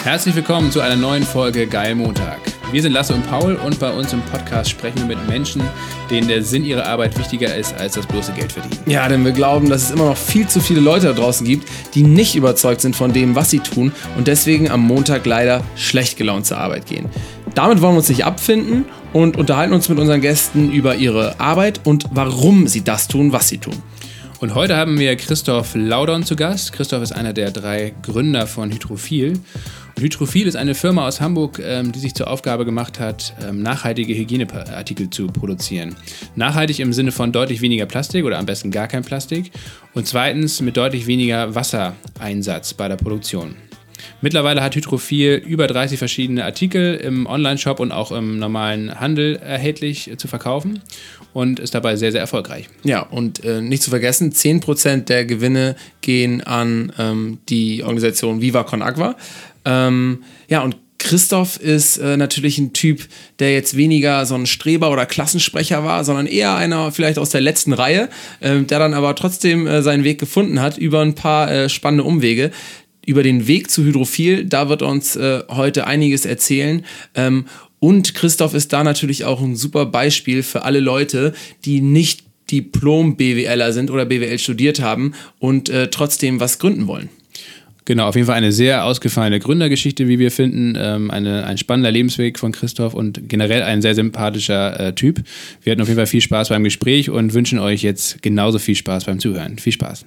Herzlich willkommen zu einer neuen Folge Geil Montag. Wir sind Lasse und Paul und bei uns im Podcast sprechen wir mit Menschen, denen der Sinn ihrer Arbeit wichtiger ist als das bloße Geld verdienen. Ja, denn wir glauben, dass es immer noch viel zu viele Leute da draußen gibt, die nicht überzeugt sind von dem, was sie tun und deswegen am Montag leider schlecht gelaunt zur Arbeit gehen. Damit wollen wir uns nicht abfinden und unterhalten uns mit unseren Gästen über ihre Arbeit und warum sie das tun, was sie tun. Und heute haben wir Christoph Laudon zu Gast. Christoph ist einer der 3 Gründer von Hydrophil. Und Hydrophil ist eine Firma aus Hamburg, die sich zur Aufgabe gemacht hat, nachhaltige Hygieneartikel zu produzieren. Nachhaltig im Sinne von deutlich weniger Plastik oder am besten gar kein Plastik. Und zweitens mit deutlich weniger Wassereinsatz bei der Produktion. Mittlerweile hat Hydrophil über 30 verschiedene Artikel im Online-Shop und auch im normalen Handel erhältlich zu verkaufen und ist dabei sehr, sehr erfolgreich. Ja, und nicht zu vergessen, 10% der Gewinne gehen an die Organisation Viva Con Agua. Ja, und Christoph ist natürlich ein Typ, der jetzt weniger so ein Streber oder Klassensprecher war, sondern eher einer vielleicht aus der letzten Reihe, der dann aber trotzdem seinen Weg gefunden hat über ein paar spannende Umwege. Über den Weg zu Hydrophil, da wird uns heute einiges erzählen. Und Christoph ist da natürlich auch ein super Beispiel für alle Leute, die nicht Diplom-BWLer sind oder BWL studiert haben und trotzdem was gründen wollen. Genau, auf jeden Fall eine sehr ausgefallene Gründergeschichte, wie wir finden. Ein spannender Lebensweg von Christoph und generell ein sehr sympathischer Typ. Wir hatten auf jeden Fall viel Spaß beim Gespräch und wünschen euch jetzt genauso viel Spaß beim Zuhören. Viel Spaß.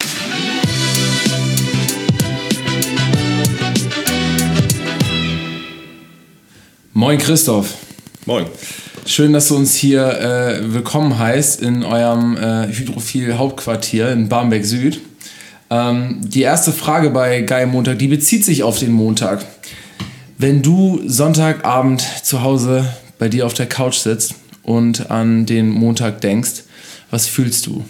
Moin Christoph. Moin. Schön, dass du uns hier willkommen heißt in eurem Hydrophil Hauptquartier in Barmbek Süd. Die erste Frage bei Geil Montag, die bezieht sich auf den Montag. Wenn du Sonntagabend zu Hause bei dir auf der Couch sitzt und an den Montag denkst, was fühlst du?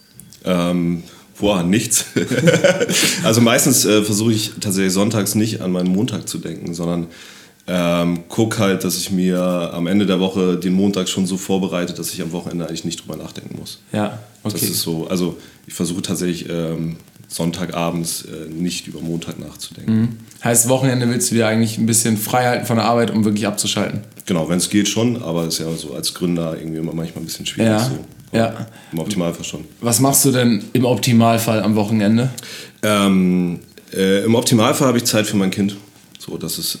Nichts. Also meistens versuche ich tatsächlich sonntags nicht an meinen Montag zu denken, sondern guck halt, dass ich mir am Ende der Woche den Montag schon so vorbereite, dass ich am Wochenende eigentlich nicht drüber nachdenken muss. Ja, okay. Das ist so, also ich versuche tatsächlich Sonntagabends nicht über Montag nachzudenken. Mhm. Heißt, Wochenende willst du dir eigentlich ein bisschen frei halten von der Arbeit, um wirklich abzuschalten? Genau, wenn es geht schon, aber es ist ja so als Gründer irgendwie immer manchmal ein bisschen schwierig. Ja, so. ja. Im Optimalfall schon. Was machst du denn im Optimalfall am Wochenende? Im Optimalfall habe ich Zeit für mein Kind. So, das ist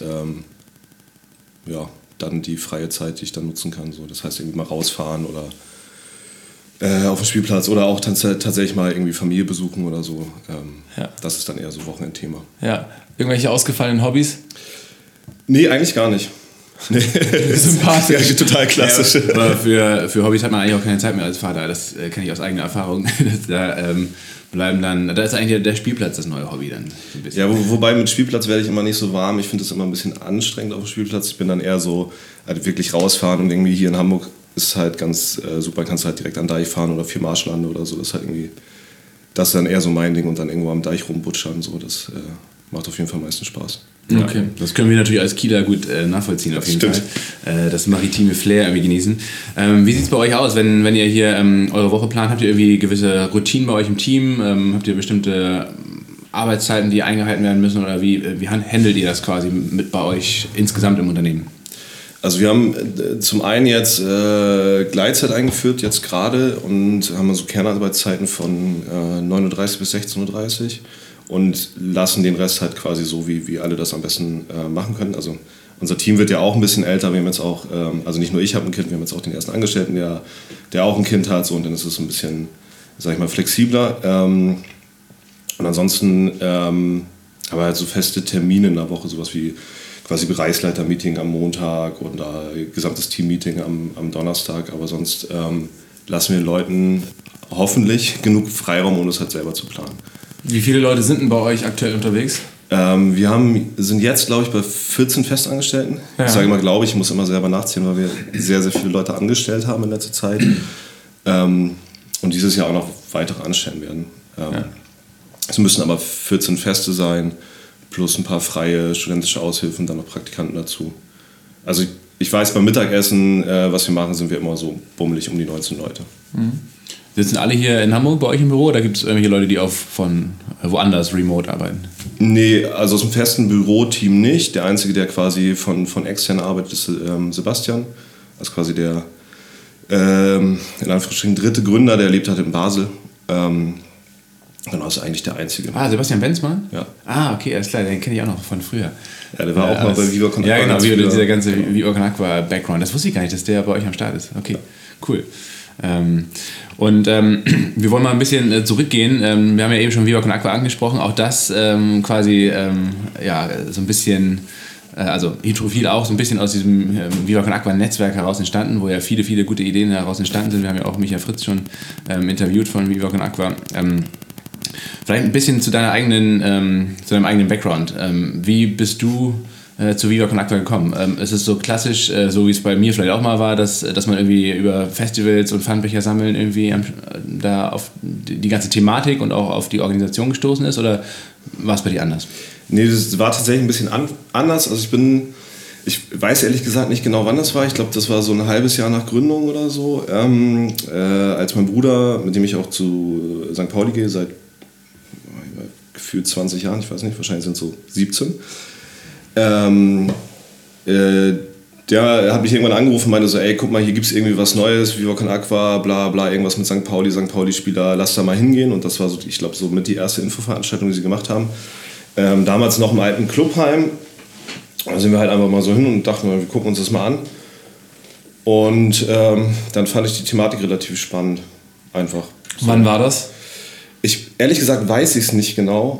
dann die freie Zeit, die ich dann nutzen kann. So, das heißt, irgendwie mal rausfahren oder auf dem Spielplatz oder auch tatsächlich mal irgendwie Familie besuchen oder so. Das ist dann eher so Wochenendthema. Ja. Irgendwelche ausgefallenen Hobbys? Nee, eigentlich gar nicht. Nee. Sympathisch. Ja, total klassisch. Ja, aber für Hobbys hat man eigentlich auch keine Zeit mehr als Vater. Das kenne ich aus eigener Erfahrung. Da ist eigentlich der Spielplatz das neue Hobby dann. So ein bisschen. Ja, wobei mit Spielplatz werde ich immer nicht so warm. Ich finde es immer ein bisschen anstrengend auf dem Spielplatz. Ich bin dann eher so, wirklich rausfahren und irgendwie hier in Hamburg ist halt ganz super, kannst du halt direkt an den Deich fahren oder 4 Marschlande oder so. Das ist dann eher so mein Ding und dann irgendwo am Deich rumbutschern. So, das macht auf jeden Fall meistens Spaß. Ja, okay. Das können wir natürlich als Kieler gut nachvollziehen auf jeden Fall. Das maritime Flair irgendwie genießen. Wie sieht es bei euch aus, wenn ihr hier eure Woche plant? Habt ihr irgendwie gewisse Routinen bei euch im Team? Habt ihr bestimmte Arbeitszeiten, die eingehalten werden müssen? Oder wie handelt ihr das quasi mit bei euch insgesamt im Unternehmen? Also wir haben zum einen jetzt Gleitzeit eingeführt, jetzt gerade, und haben so Kernarbeitszeiten von 9:30 Uhr bis 16:30 Uhr. Und lassen den Rest halt quasi so, wie alle das am besten machen können. Also unser Team wird ja auch ein bisschen älter. Wir haben jetzt auch, also nicht nur ich habe ein Kind, wir haben jetzt auch den ersten Angestellten, der auch ein Kind hat. So, und dann ist es ein bisschen, sag ich mal, flexibler. Und ansonsten haben wir halt so feste Termine in der Woche, sowas wie quasi Bereichsleiter-Meeting am Montag oder gesamtes Team-Meeting am Donnerstag. Aber sonst lassen wir den Leuten hoffentlich genug Freiraum, um das halt selber zu planen. Wie viele Leute sind denn bei euch aktuell unterwegs? Wir sind jetzt, glaube ich, bei 14 Festangestellten. Ja. Ich sage immer, glaube ich, muss immer selber nachziehen, weil wir sehr, sehr viele Leute angestellt haben in letzter Zeit. Und dieses Jahr auch noch weitere anstellen werden. Es müssen aber 14 Feste sein, plus ein paar freie studentische Aushilfen, dann noch Praktikanten dazu. Also ich weiß, beim Mittagessen, was wir machen, sind wir immer so bummelig um die 19 Leute. Mhm. Sitzen alle hier in Hamburg bei euch im Büro oder gibt es irgendwelche Leute, die von woanders remote arbeiten? Nee, also aus dem festen Büroteam nicht. Der Einzige, der quasi von extern arbeitet, ist Sebastian. Das ist quasi der in Anführungsstrichen dritte Gründer, der lebt halt in Basel. Genau, ist eigentlich der Einzige. Sebastian Benzmann? Ja. Okay, alles klar, den kenne ich auch noch von früher. Ja, der war auch mal bei Viva Con Aqua. Ja, genau, dieser ganze Viva Con Aqua Background. Das wusste ich gar nicht, dass der bei euch am Start ist. Okay, cool. Wir wollen mal ein bisschen zurückgehen. Wir haben ja eben schon Viva Con Aqua angesprochen. Auch das quasi so ein bisschen, also Hydrophil auch so ein bisschen aus diesem Viva Con Aqua Netzwerk heraus entstanden, wo ja viele, viele gute Ideen heraus entstanden sind. Wir haben ja auch Michael Fritz schon interviewt von Viva Con Aqua. Vielleicht ein bisschen zu deinem eigenen Background. Wie bist du zu Viva Con Aqua gekommen? Ist es so klassisch, so wie es bei mir vielleicht auch mal war, dass man irgendwie über Festivals und Pfandbecher sammeln irgendwie da auf die ganze Thematik und auch auf die Organisation gestoßen ist, oder war es bei dir anders? Nee, das war tatsächlich ein bisschen anders. Also ich weiß ehrlich gesagt nicht genau, wann das war. Ich glaube, das war so ein halbes Jahr nach Gründung oder so. Als mein Bruder, mit dem ich auch zu St. Pauli gehe, seit gefühlt 20 Jahren, ich weiß nicht, wahrscheinlich sind es so 17. Der hat mich irgendwann angerufen und meinte so, ey, guck mal, hier gibt es irgendwie was Neues, Viva Con Aqua, bla bla, irgendwas mit St. Pauli-Spieler, lass da mal hingehen. Und das war so, ich glaube, so mit die erste Infoveranstaltung, die sie gemacht haben. Damals noch im alten Clubheim. Da sind wir halt einfach mal so hin und dachten, wir gucken uns das mal an. Und dann fand ich die Thematik relativ spannend. Einfach. So. Wann war das? Ehrlich gesagt weiß ich es nicht genau.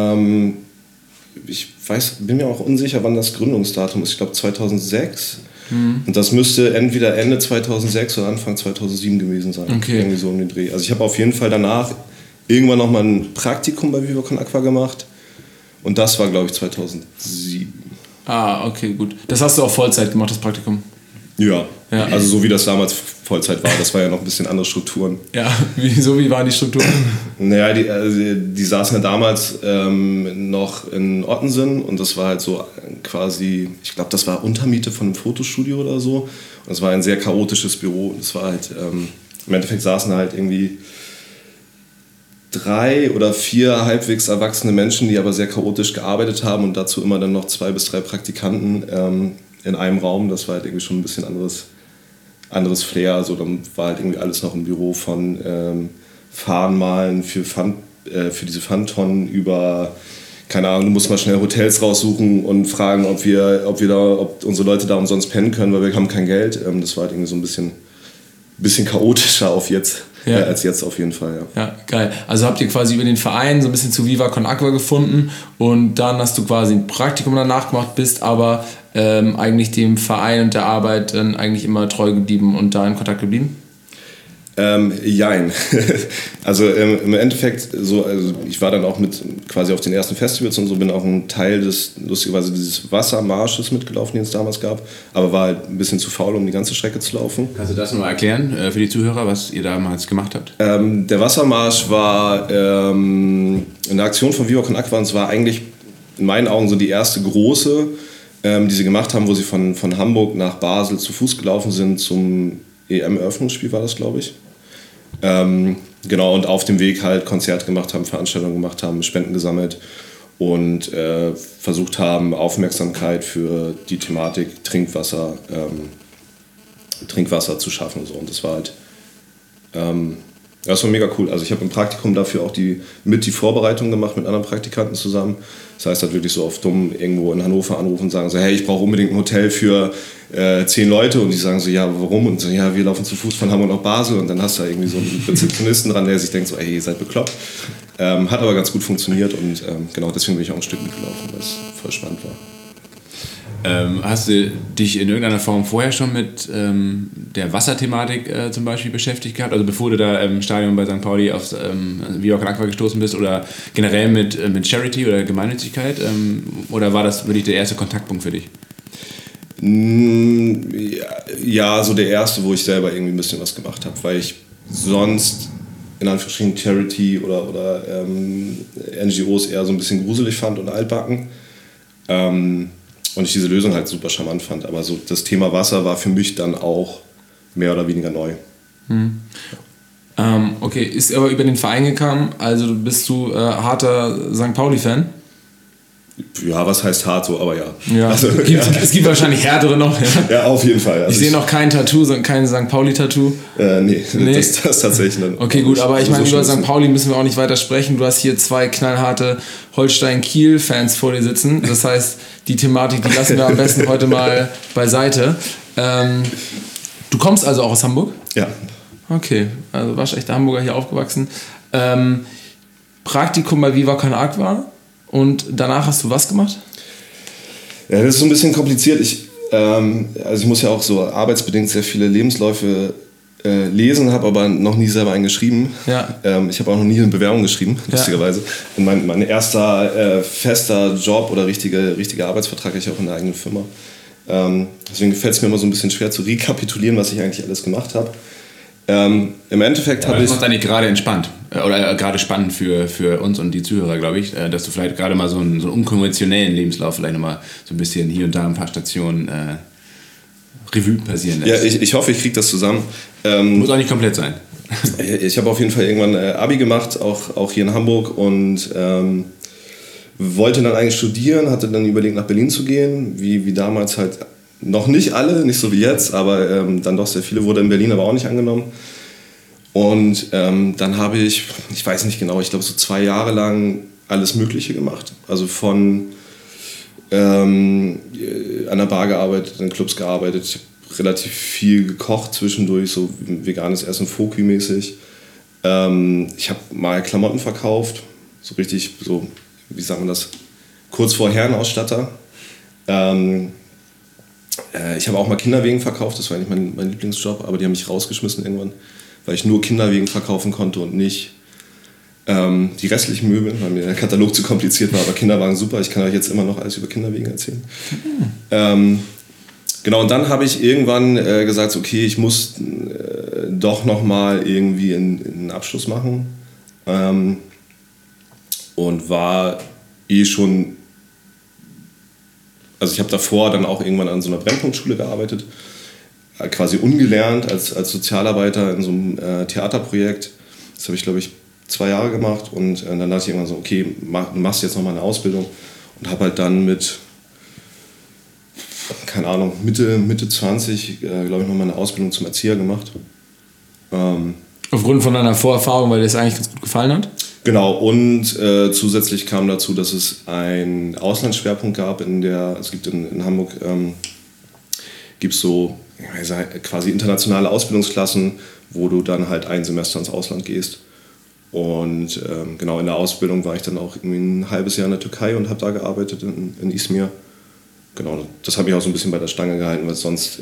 Ich bin mir auch unsicher, wann das Gründungsdatum ist. Ich glaube 2006. Und das müsste entweder Ende 2006 oder Anfang 2007 gewesen sein. Okay. Irgendwie so um den Dreh. Also ich habe auf jeden Fall danach irgendwann nochmal ein Praktikum bei Viva Con Aqua gemacht. Und das war, glaube ich, 2007. Okay, gut. Das hast du auch Vollzeit gemacht, das Praktikum? Ja, also so wie das damals Vollzeit war. Das war ja noch ein bisschen andere Strukturen. Ja, wie waren die Strukturen? Naja, die saßen ja damals noch in Ottensen und das war halt so quasi, ich glaube, das war Untermiete von einem Fotostudio oder so. Und es war ein sehr chaotisches Büro. Das war halt, im Endeffekt saßen da halt irgendwie 3 oder 4 halbwegs erwachsene Menschen, die aber sehr chaotisch gearbeitet haben und dazu immer dann noch 2 bis 3 Praktikanten in einem Raum. Das war halt irgendwie schon ein bisschen anderes Flair. Also dann war halt irgendwie alles noch im Büro von Fahnenmalen für diese Pfandtonnen über, keine Ahnung, du musst mal schnell Hotels raussuchen und fragen, ob unsere Leute da umsonst pennen können, weil wir haben kein Geld. Das war halt irgendwie so ein bisschen chaotischer als jetzt auf jeden Fall. Ja, geil. Also habt ihr quasi über den Verein so ein bisschen zu Viva Con Aqua gefunden und dann hast du quasi ein Praktikum danach gemacht, bist aber eigentlich dem Verein und der Arbeit dann eigentlich immer treu geblieben und da in Kontakt geblieben? Jein. Also im Endeffekt, also ich war dann auch mit quasi auf den ersten Festivals und so, bin auch ein Teil lustigerweise dieses Wassermarsches mitgelaufen, den es damals gab, aber war halt ein bisschen zu faul, um die ganze Strecke zu laufen. Kannst du das nochmal erklären für die Zuhörer, was ihr damals gemacht habt? Der Wassermarsch war eine Aktion von Viva Con Aqua und es war eigentlich in meinen Augen so die erste große, die sie gemacht haben, wo sie von Hamburg nach Basel zu Fuß gelaufen sind zum EM-Eröffnungsspiel war das, glaube ich. Genau, und auf dem Weg halt Konzerte gemacht haben, Veranstaltungen gemacht haben, Spenden gesammelt und versucht haben, Aufmerksamkeit für die Thematik Trinkwasser zu schaffen. So. Und das war halt das war mega cool. Also ich habe im Praktikum dafür auch die Vorbereitung gemacht mit anderen Praktikanten zusammen. Das heißt halt wirklich so auf dumm irgendwo in Hannover anrufen und sagen so, hey, ich brauche unbedingt ein Hotel für 10 Leute und die sagen so, ja, warum? Und so, ja, wir laufen zu Fuß von Hamburg nach Basel und dann hast du da irgendwie so einen Rezeptionisten dran, der sich denkt so, ey, ihr seid bekloppt. Hat aber ganz gut funktioniert und genau deswegen bin ich auch ein Stück mitgelaufen, weil es voll spannend war. Hast du dich in irgendeiner Form vorher schon mit der Wasserthematik zum Beispiel beschäftigt gehabt? Also bevor du da im Stadion bei St. Pauli auf Viva Con Aqua gestoßen bist oder generell mit Charity oder Gemeinnützigkeit? Oder war das wirklich der erste Kontaktpunkt für dich? Ja, so der erste, wo ich selber irgendwie ein bisschen was gemacht habe, weil ich sonst in Anführungsstrichen Charity oder NGOs eher so ein bisschen gruselig fand und altbacken. Und ich diese Lösung halt super charmant fand. Aber so das Thema Wasser war für mich dann auch mehr oder weniger neu. Okay, ist aber über den Verein gekommen, also bist du harter St. Pauli-Fan? Ja, was heißt hart so, aber ja. Also, es gibt wahrscheinlich härtere noch. Ja, auf jeden Fall. Also ich sehe noch kein Tattoo, kein St. Pauli-Tattoo. Nee. Das tatsächlich nicht. Okay, gut, aber ich meine, über St. Pauli müssen wir auch nicht weiter sprechen. Du hast hier 2 knallharte Holstein-Kiel-Fans vor dir sitzen. Das heißt, die Thematik, die lassen wir am besten heute mal beiseite. Du kommst also auch aus Hamburg? Ja. Okay, also waschechter Hamburger, hier aufgewachsen. Praktikum bei Viva Con Agua. Und danach hast du was gemacht? Ja, das ist so ein bisschen kompliziert. Ich muss ja auch so arbeitsbedingt sehr viele Lebensläufe lesen, habe aber noch nie selber einen geschrieben. Ja. Ich habe auch noch nie eine Bewerbung geschrieben, lustigerweise. Und mein erster fester Job oder richtiger Arbeitsvertrag hatte ich auch in der eigenen Firma. Deswegen fällt es mir immer so ein bisschen schwer zu rekapitulieren, was ich eigentlich alles gemacht habe. Im Endeffekt habe ich... Das macht eigentlich gerade entspannt oder gerade spannend für uns und die Zuhörer, glaube ich, dass du vielleicht gerade mal so einen unkonventionellen Lebenslauf vielleicht nochmal so ein bisschen hier und da ein paar Stationen Revue passieren lässt. Ja, ich hoffe, ich kriege das zusammen. Muss auch nicht komplett sein. Ich habe auf jeden Fall irgendwann Abi gemacht, auch hier in Hamburg, und wollte dann eigentlich studieren, hatte dann überlegt, nach Berlin zu gehen, wie damals halt noch nicht alle, nicht so wie jetzt, aber dann doch sehr viele, wurde in Berlin aber auch nicht angenommen. Und dann habe ich weiß nicht genau, ich glaube so 2 Jahre lang alles Mögliche gemacht. Also von an der Bar gearbeitet, in Clubs gearbeitet, ich habe relativ viel gekocht zwischendurch, so veganes Essen, Foki-mäßig. Ich habe mal Klamotten verkauft, so richtig, so, wie sagt man das, kurz vor Herrenausstatter. Ich habe auch mal Kinderwegen verkauft, das war eigentlich mein Lieblingsjob, aber die haben mich rausgeschmissen irgendwann, weil ich nur Kinderwegen verkaufen konnte und nicht die restlichen Möbel, weil mir der Katalog zu kompliziert war, aber Kinderwagen super, ich kann euch jetzt immer noch alles über Kinderwegen erzählen. Genau, und dann habe ich irgendwann gesagt, okay, ich muss doch nochmal irgendwie einen Abschluss machen, und war schon... Also ich habe davor dann auch irgendwann an so einer Brennpunktschule gearbeitet, quasi ungelernt als Sozialarbeiter in so einem Theaterprojekt. Das habe ich, glaube ich, 2 Jahre gemacht, und dann dachte ich irgendwann so, okay, machst jetzt nochmal eine Ausbildung, und habe halt dann mit, keine Ahnung, Mitte 20, glaube ich, nochmal eine Ausbildung zum Erzieher gemacht. Aufgrund von deiner Vorerfahrung, weil dir das eigentlich ganz gut gefallen hat? Genau, und zusätzlich kam dazu, dass es einen Auslandsschwerpunkt gab. Es gibt in Hamburg gibt's so quasi internationale Ausbildungsklassen, wo du dann halt ein Semester ins Ausland gehst. Und genau, in der Ausbildung war ich dann auch irgendwie ein halbes Jahr in der Türkei und habe da gearbeitet in Izmir. Genau, das hat mich auch so ein bisschen bei der Stange gehalten, weil sonst,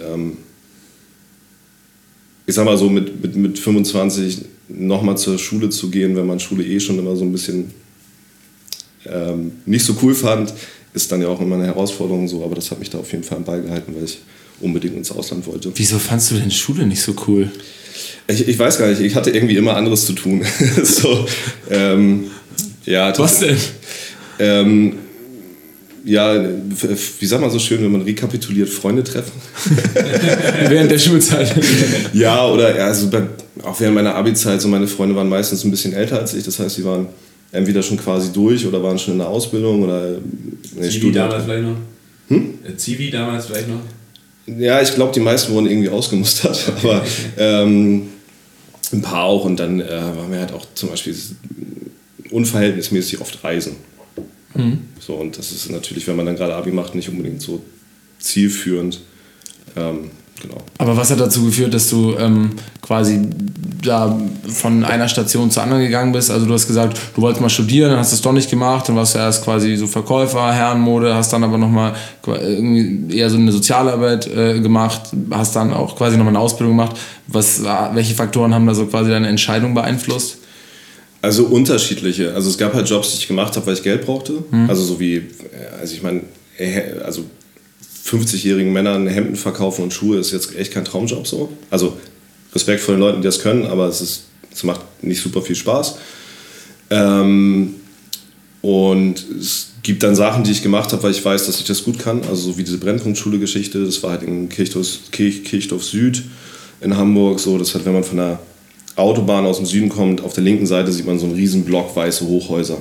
ich sag mal so, mit 25 nochmal zur Schule zu gehen, wenn man Schule schon immer so ein bisschen nicht so cool fand, ist dann ja auch immer eine Herausforderung so, aber das hat mich da auf jeden Fall am Ball gehalten, weil ich unbedingt ins Ausland wollte. Wieso fandst du denn Schule nicht so cool? Ich weiß gar nicht, ich hatte irgendwie immer anderes zu tun. So, ja, was denn? Ja, wie sagt man so schön, wenn man rekapituliert, Freunde treffen? Während der Schulzeit. Ja, oder also auch während meiner Abi-Zeit, so meine Freunde waren meistens ein bisschen älter als ich, das heißt, sie waren entweder schon quasi durch oder waren schon in der Ausbildung oder Zivi damals vielleicht noch? Zivi damals vielleicht noch? Ja, ich glaube, die meisten wurden irgendwie ausgemustert, aber ein paar auch, und dann waren wir halt auch zum Beispiel unverhältnismäßig oft reisen. So, und das ist natürlich, wenn man dann gerade Abi macht, nicht unbedingt so zielführend. Genau. Aber was hat dazu geführt, dass du quasi da von einer Station zur anderen gegangen bist? Also du hast gesagt, du wolltest mal studieren, dann hast du es doch nicht gemacht, dann warst du erst quasi so Verkäufer, Herrenmode, hast dann aber nochmal eher so eine Sozialarbeit gemacht, hast dann auch quasi nochmal eine Ausbildung gemacht. Welche Faktoren haben da so quasi deine Entscheidung beeinflusst? Also unterschiedliche. Also es gab halt Jobs, die ich gemacht habe, weil ich Geld brauchte. Also so wie, also ich meine, also 50-jährigen Männern Hemden verkaufen und Schuhe ist jetzt echt kein Traumjob so. Also Respekt vor den Leuten, die das können, aber es macht nicht super viel Spaß. Und es gibt dann Sachen, die ich gemacht habe, weil ich weiß, dass ich das gut kann. Also so wie diese Brennpunktschule-Geschichte, das war halt in Kirchdorf Süd in Hamburg. So, das hat, wenn man von der Autobahn aus dem Süden kommt, auf der linken Seite sieht man so einen riesen Block weiße Hochhäuser.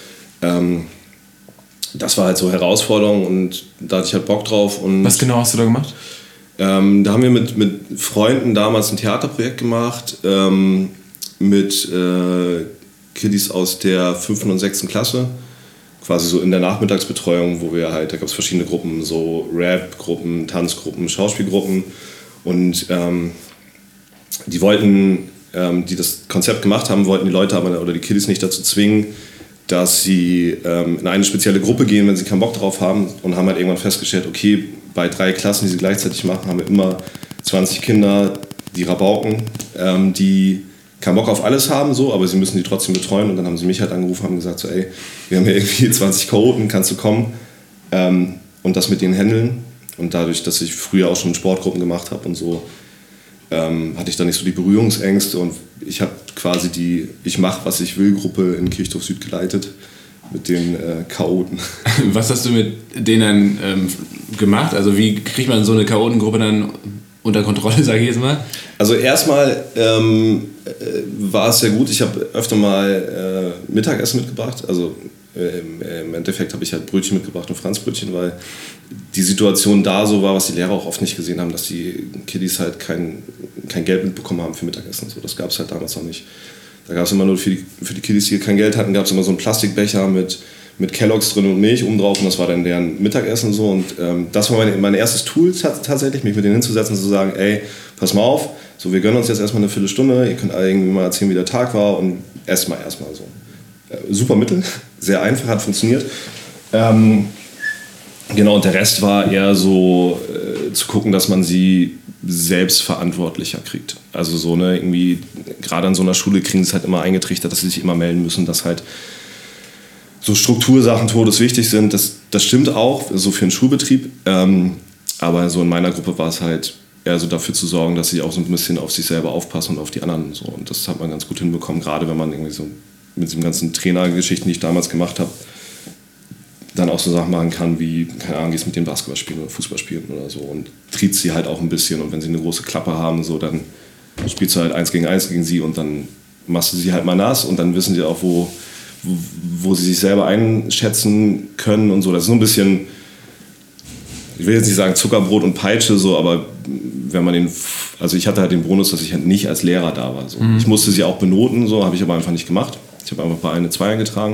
Das war halt so Herausforderung und da hatte ich halt Bock drauf. Und was genau hast du da gemacht? da haben wir mit Freunden damals ein Theaterprojekt gemacht, mit Kiddies aus der 5. und 6. Klasse. Quasi so in der Nachmittagsbetreuung, wo wir halt, da gab es verschiedene Gruppen, so Rap-Gruppen, Tanzgruppen, Schauspielgruppen. Und die wollten, die das Konzept gemacht haben, wollten die Leute aber oder die Kiddies nicht dazu zwingen, dass sie in eine spezielle Gruppe gehen, wenn sie keinen Bock drauf haben, und haben halt irgendwann festgestellt, okay, bei 3 Klassen, die sie gleichzeitig machen, haben wir immer 20 Kinder, die Rabauken, die keinen Bock auf alles haben, so, aber sie müssen die trotzdem betreuen. Und dann haben sie mich halt angerufen und haben gesagt, so, ey, wir haben hier irgendwie 20 Chaoten, kannst du kommen und das mit denen handeln. Und dadurch, dass ich früher auch schon Sportgruppen gemacht habe und so, hatte ich da nicht so die Berührungsängste, und ich habe quasi die Ich-mach-was-ich-will-Gruppe in Kirchdorf Süd geleitet mit den Chaoten. Was hast du mit denen dann gemacht? Also wie kriegt man so eine Chaotengruppe dann unter Kontrolle, sage ich jetzt mal? Also erstmal war es sehr gut. Ich habe öfter mal Mittagessen mitgebracht. Also im Endeffekt habe ich halt Brötchen mitgebracht und Franzbrötchen, weil die Situation da so war, was die Lehrer auch oft nicht gesehen haben, dass die Kiddies halt kein Geld mitbekommen haben für Mittagessen. So, das gab es halt damals noch nicht. Da gab es immer nur für die Kiddies, die kein Geld hatten, gab es immer so einen Plastikbecher mit Kelloggs drin und Milch oben drauf, und das war dann deren Mittagessen so. Und das war mein erstes Tool tatsächlich, mich mit denen hinzusetzen und zu sagen, ey, pass mal auf, so, wir gönnen uns jetzt erstmal eine Viertelstunde, ihr könnt alle irgendwie mal erzählen, wie der Tag war, und erstmal so. Super Mittel, sehr einfach, hat funktioniert. Genau, und der Rest war eher so zu gucken, dass man sie selbstverantwortlicher kriegt. Also so, ne, irgendwie, gerade an so einer Schule kriegen sie es halt immer eingetrichtert, dass sie sich immer melden müssen, dass halt so Struktursachen todeswichtig sind. Das stimmt auch, so für einen Schulbetrieb. Aber so in meiner Gruppe war es halt eher so dafür zu sorgen, dass sie auch so ein bisschen auf sich selber aufpassen und auf die anderen. So. Und das hat man ganz gut hinbekommen, gerade wenn man irgendwie so mit den ganzen Trainergeschichten, die ich damals gemacht habe, dann auch so Sachen machen kann wie, keine Ahnung, gehst mit denen Basketball spielen oder Fußball spielen oder so, und triebst sie halt auch ein bisschen, und wenn sie eine große Klappe haben, so, dann spielst du halt 1 gegen 1 gegen sie, und dann machst du sie halt mal nass, und dann wissen sie auch, wo sie sich selber einschätzen können und so. Das ist so ein bisschen, ich will jetzt nicht sagen Zuckerbrot und Peitsche, so, aber wenn man also ich hatte halt den Bonus, dass ich halt nicht als Lehrer da war. So. Ich musste sie auch benoten, so, habe ich aber einfach nicht gemacht. Ich habe einfach bei 1 2 eingetragen.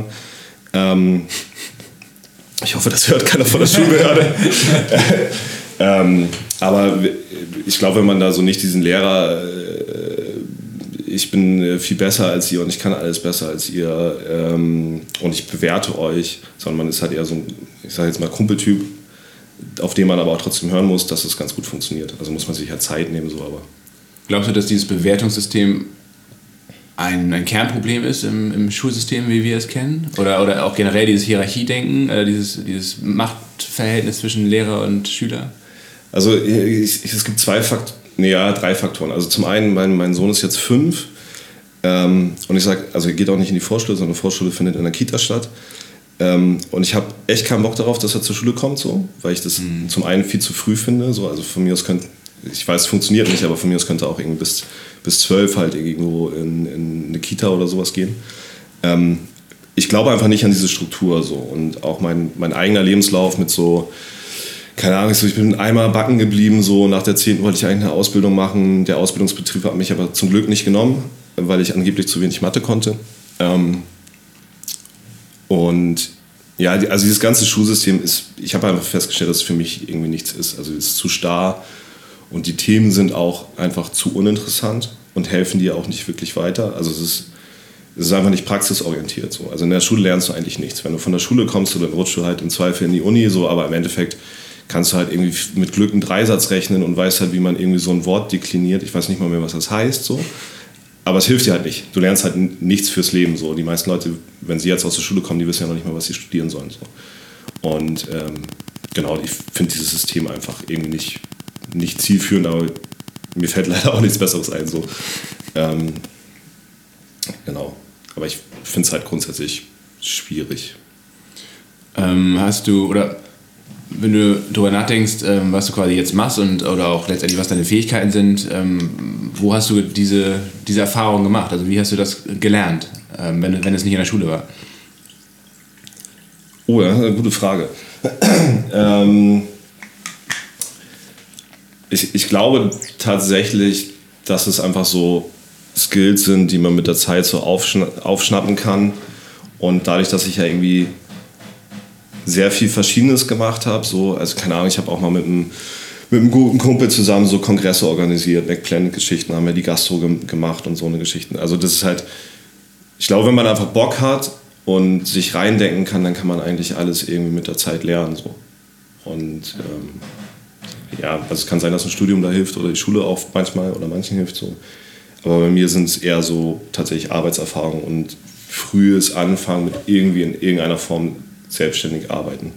Ich hoffe, das hört keiner von der Schulbehörde. Aber ich glaube, wenn man da so nicht diesen Lehrer, ich bin viel besser als ihr und ich kann alles besser als ihr und ich bewerte euch, sondern man ist halt eher so ein, ich sage jetzt mal, Kumpeltyp, auf den man aber auch trotzdem hören muss, dass es ganz gut funktioniert. Also muss man sich halt Zeit nehmen, so, aber. Glaubst du, dass dieses Bewertungssystem ein Kernproblem ist im Schulsystem, wie wir es kennen? Oder auch generell dieses Hierarchiedenken, dieses Machtverhältnis zwischen Lehrer und Schüler? Also es gibt 3 Faktoren. Also zum einen, mein Sohn ist jetzt 5 und ich sage, also er geht auch nicht in die Vorschule, sondern die Vorschule findet in der Kita statt. Und ich habe echt keinen Bock darauf, dass er zur Schule kommt, so, weil ich das zum einen viel zu früh finde. So, also von mir aus ich weiß, es funktioniert nicht, aber von mir aus könnte auch irgendwie bis 12 halt irgendwo in eine Kita oder sowas gehen. Ich glaube einfach nicht an diese Struktur so, und auch mein eigener Lebenslauf mit so, keine Ahnung, ich bin einmal backen geblieben, so nach der 10. wollte ich eigentlich eine Ausbildung machen. Der Ausbildungsbetrieb hat mich aber zum Glück nicht genommen, weil ich angeblich zu wenig Mathe konnte. Und ja, also dieses ganze Schulsystem ich habe einfach festgestellt, dass es für mich irgendwie nichts ist. Also es ist zu starr und die Themen sind auch einfach zu uninteressant und helfen dir auch nicht wirklich weiter. Also es ist einfach nicht praxisorientiert. So. Also in der Schule lernst du eigentlich nichts. Wenn du von der Schule kommst, dann rutschst du halt im Zweifel in die Uni, so, aber im Endeffekt kannst du halt irgendwie mit Glück einen Dreisatz rechnen und weißt halt, wie man irgendwie so ein Wort dekliniert. Ich weiß nicht mal mehr, was das heißt, so. Aber es hilft dir halt nicht. Du lernst halt nichts fürs Leben. So. Die meisten Leute, wenn sie jetzt aus der Schule kommen, die wissen ja noch nicht mal, was sie studieren sollen. So. Und genau, ich finde dieses System einfach irgendwie nicht zielführend, aber mir fällt leider auch nichts Besseres ein. So. Genau. Aber ich finde es halt grundsätzlich schwierig. Hast du, oder wenn du darüber nachdenkst, was du quasi jetzt machst oder auch letztendlich was deine Fähigkeiten sind, wo hast du diese Erfahrung gemacht? Also wie hast du das gelernt, wenn es nicht in der Schule war? Oh, ja, eine gute Frage. Ich glaube tatsächlich, dass es einfach so Skills sind, die man mit der Zeit so aufschnappen kann. Und dadurch, dass ich ja irgendwie sehr viel Verschiedenes gemacht habe, so, also keine Ahnung, ich habe auch mal mit einem guten Kumpel zusammen so Kongresse organisiert, Backplanet-Geschichten, haben wir die Gastro gemacht und so eine Geschichten. Also das ist halt, ich glaube, wenn man einfach Bock hat und sich reindenken kann, dann kann man eigentlich alles irgendwie mit der Zeit lernen. So. Und ja, also es kann sein, dass ein Studium da hilft oder die Schule auch manchmal oder manchen hilft so. Aber bei mir sind es eher so tatsächlich Arbeitserfahrung und frühes Anfangen mit irgendwie in irgendeiner Form selbstständig arbeiten.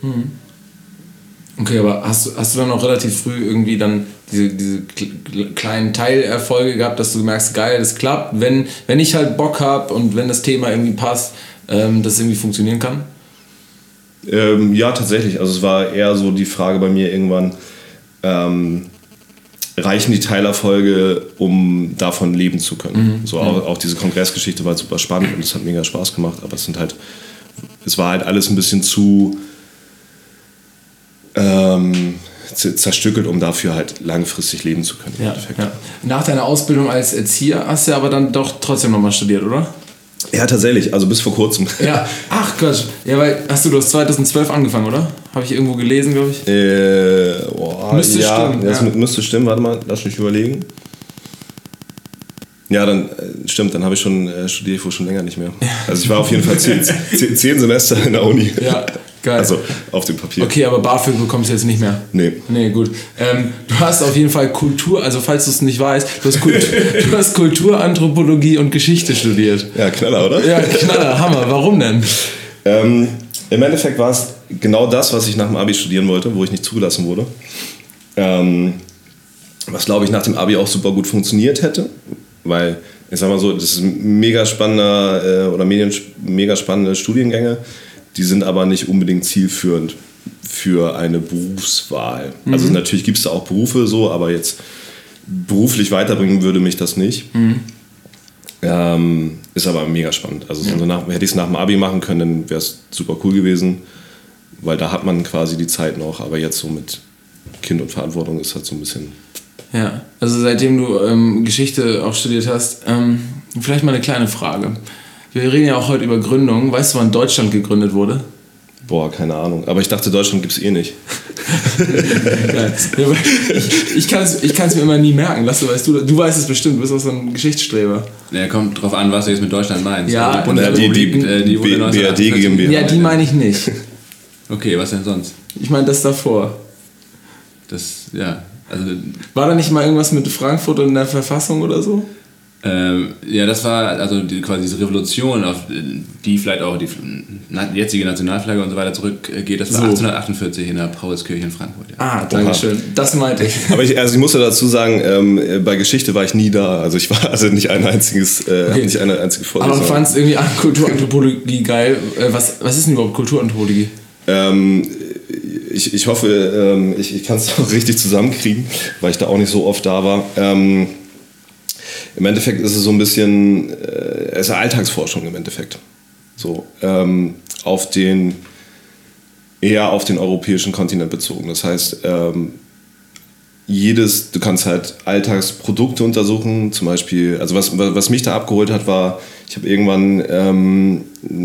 Okay, aber hast du dann auch relativ früh irgendwie dann diese kleinen Teilerfolge gehabt, dass du merkst, geil, das klappt, wenn ich halt Bock habe und wenn das Thema irgendwie passt, dass es irgendwie funktionieren kann? Ja, tatsächlich. Also es war eher so die Frage bei mir irgendwann, reichen die Teilerfolge, um davon leben zu können? So auch diese Kongressgeschichte war super spannend und es hat mega Spaß gemacht, aber es war halt alles ein bisschen zu zerstückelt, um dafür halt langfristig leben zu können. Ja. Nach deiner Ausbildung als Erzieher hast du aber dann doch trotzdem nochmal studiert, oder? Ja, tatsächlich, also bis vor kurzem. Ja, ach Gott, ja, weil du hast 2012 angefangen, oder? Habe ich irgendwo gelesen, glaube ich. Müsste stimmen. Das müsste stimmen, warte mal, lass mich überlegen. Ja, dann stimmt, dann habe ich studiere ich wohl schon länger nicht mehr. Also ich war auf jeden Fall 10 Semester in der Uni. Ja, geil. Also auf dem Papier. Okay, aber BAföG bekommst du jetzt nicht mehr? Nee, gut. Du hast auf jeden Fall Kultur, also falls du es nicht weißt, du hast Kultur, Anthropologie und Geschichte studiert. Ja, Knaller, oder? Ja, Knaller, Hammer. Warum denn? Im Endeffekt war es genau das, was ich nach dem Abi studieren wollte, wo ich nicht zugelassen wurde. Was, glaube ich, nach dem Abi auch super gut funktioniert hätte. Weil, ich sag mal so, das ist ein mega spannender mega spannende Studiengänge, die sind aber nicht unbedingt zielführend für eine Berufswahl. Also natürlich gibt es da auch Berufe so, aber jetzt beruflich weiterbringen würde mich das nicht. Ist aber mega spannend. Also hätte ich es nach dem Abi machen können, dann wäre es super cool gewesen, weil da hat man quasi die Zeit noch, aber jetzt so mit Kind und Verantwortung ist halt so ein bisschen... Ja, also seitdem du Geschichte auch studiert hast, vielleicht mal eine kleine Frage. Wir reden ja auch heute über Gründung. Weißt du, wann Deutschland gegründet wurde? Boah, keine Ahnung. Aber ich dachte, Deutschland gibt es eh nicht. Ich kann es mir immer nie merken. Du weißt es bestimmt, du bist auch so ein Geschichtsstreber. Ja, kommt drauf an, was du jetzt mit Deutschland meinst. Ja, die BRD GmbH. Ja, die meine ich nicht. Okay, was denn sonst? Ich meine das davor. Also, war da nicht mal irgendwas mit Frankfurt und der Verfassung oder so? Ja, das war also quasi diese Revolution, auf die vielleicht auch die jetzige Nationalflagge und so weiter zurückgeht. Das war 1848 in der Paulskirche in Frankfurt. Ja. Danke schön. Das meinte ich. Aber ich musste dazu sagen, bei Geschichte war ich nie da. Also ich war nicht eine einzige Vorlesung. Aber du fandst irgendwie Kulturanthropologie geil. Was ist denn überhaupt Kulturanthropologie? Ich hoffe, ich kann es auch richtig zusammenkriegen, weil ich da auch nicht so oft da war. Im Endeffekt ist es so ein bisschen, es ist Alltagsforschung im Endeffekt. So, eher auf den europäischen Kontinent bezogen. Das heißt, du kannst halt Alltagsprodukte untersuchen, zum Beispiel, also was mich da abgeholt hat, war, ich habe irgendwann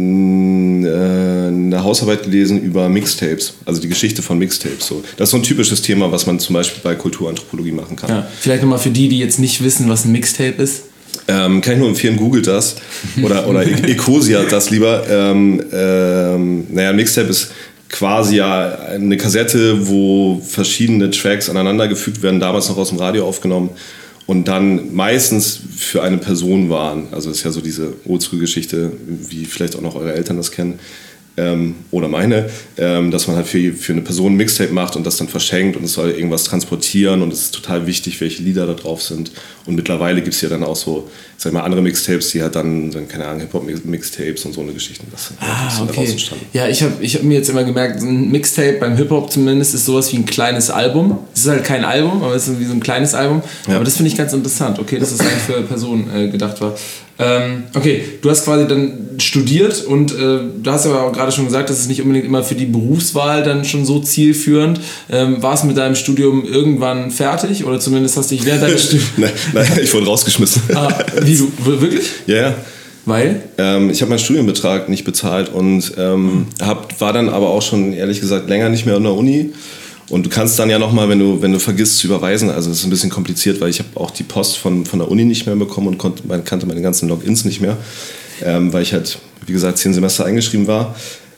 eine Hausarbeit gelesen über Mixtapes, also die Geschichte von Mixtapes. So. Das ist so ein typisches Thema, was man zum Beispiel bei Kulturanthropologie machen kann. Ja, vielleicht nochmal für die jetzt nicht wissen, was ein Mixtape ist. Kann ich nur empfehlen, googelt das oder Ecosia das lieber. Ein Mixtape ist quasi ja eine Kassette, wo verschiedene Tracks aneinandergefügt werden, damals noch aus dem Radio aufgenommen und dann meistens für eine Person waren. Also das ist ja so diese Oldschool-Geschichte, wie vielleicht auch noch eure Eltern das kennen. oder meine, dass man halt für eine Person ein Mixtape macht und das dann verschenkt und es soll irgendwas transportieren und es ist total wichtig, welche Lieder da drauf sind. Und mittlerweile gibt es ja dann auch so, ich sag mal, andere Mixtapes, die halt dann keine Ahnung, Hip-Hop-Mixtapes und so eine Geschichten. Das sind okay. daraus entstanden. Ja, ich hab mir jetzt immer gemerkt, ein Mixtape beim Hip-Hop zumindest ist sowas wie ein kleines Album. Es ist halt kein Album, aber es ist wie so ein kleines Album. Ja. Aber das finde ich ganz interessant, okay, dass das eigentlich für Personen gedacht war. Okay, du hast quasi dann studiert und du hast aber auch gerade schon gesagt, das ist nicht unbedingt immer für die Berufswahl dann schon so zielführend. Warst du mit deinem Studium irgendwann fertig oder zumindest hast du dich während deines Studiums... Nein, ich wurde rausgeschmissen. Wie, du wirklich? Ja. Weil? Ich habe meinen Studienbetrag nicht bezahlt und war dann aber auch schon, ehrlich gesagt, länger nicht mehr an der Uni. Und du kannst dann ja nochmal, wenn du vergisst zu überweisen, also das ist ein bisschen kompliziert, weil ich habe auch die Post von der Uni nicht mehr bekommen und kannte meine ganzen Logins nicht mehr, weil ich halt, wie gesagt, 10 Semester eingeschrieben war.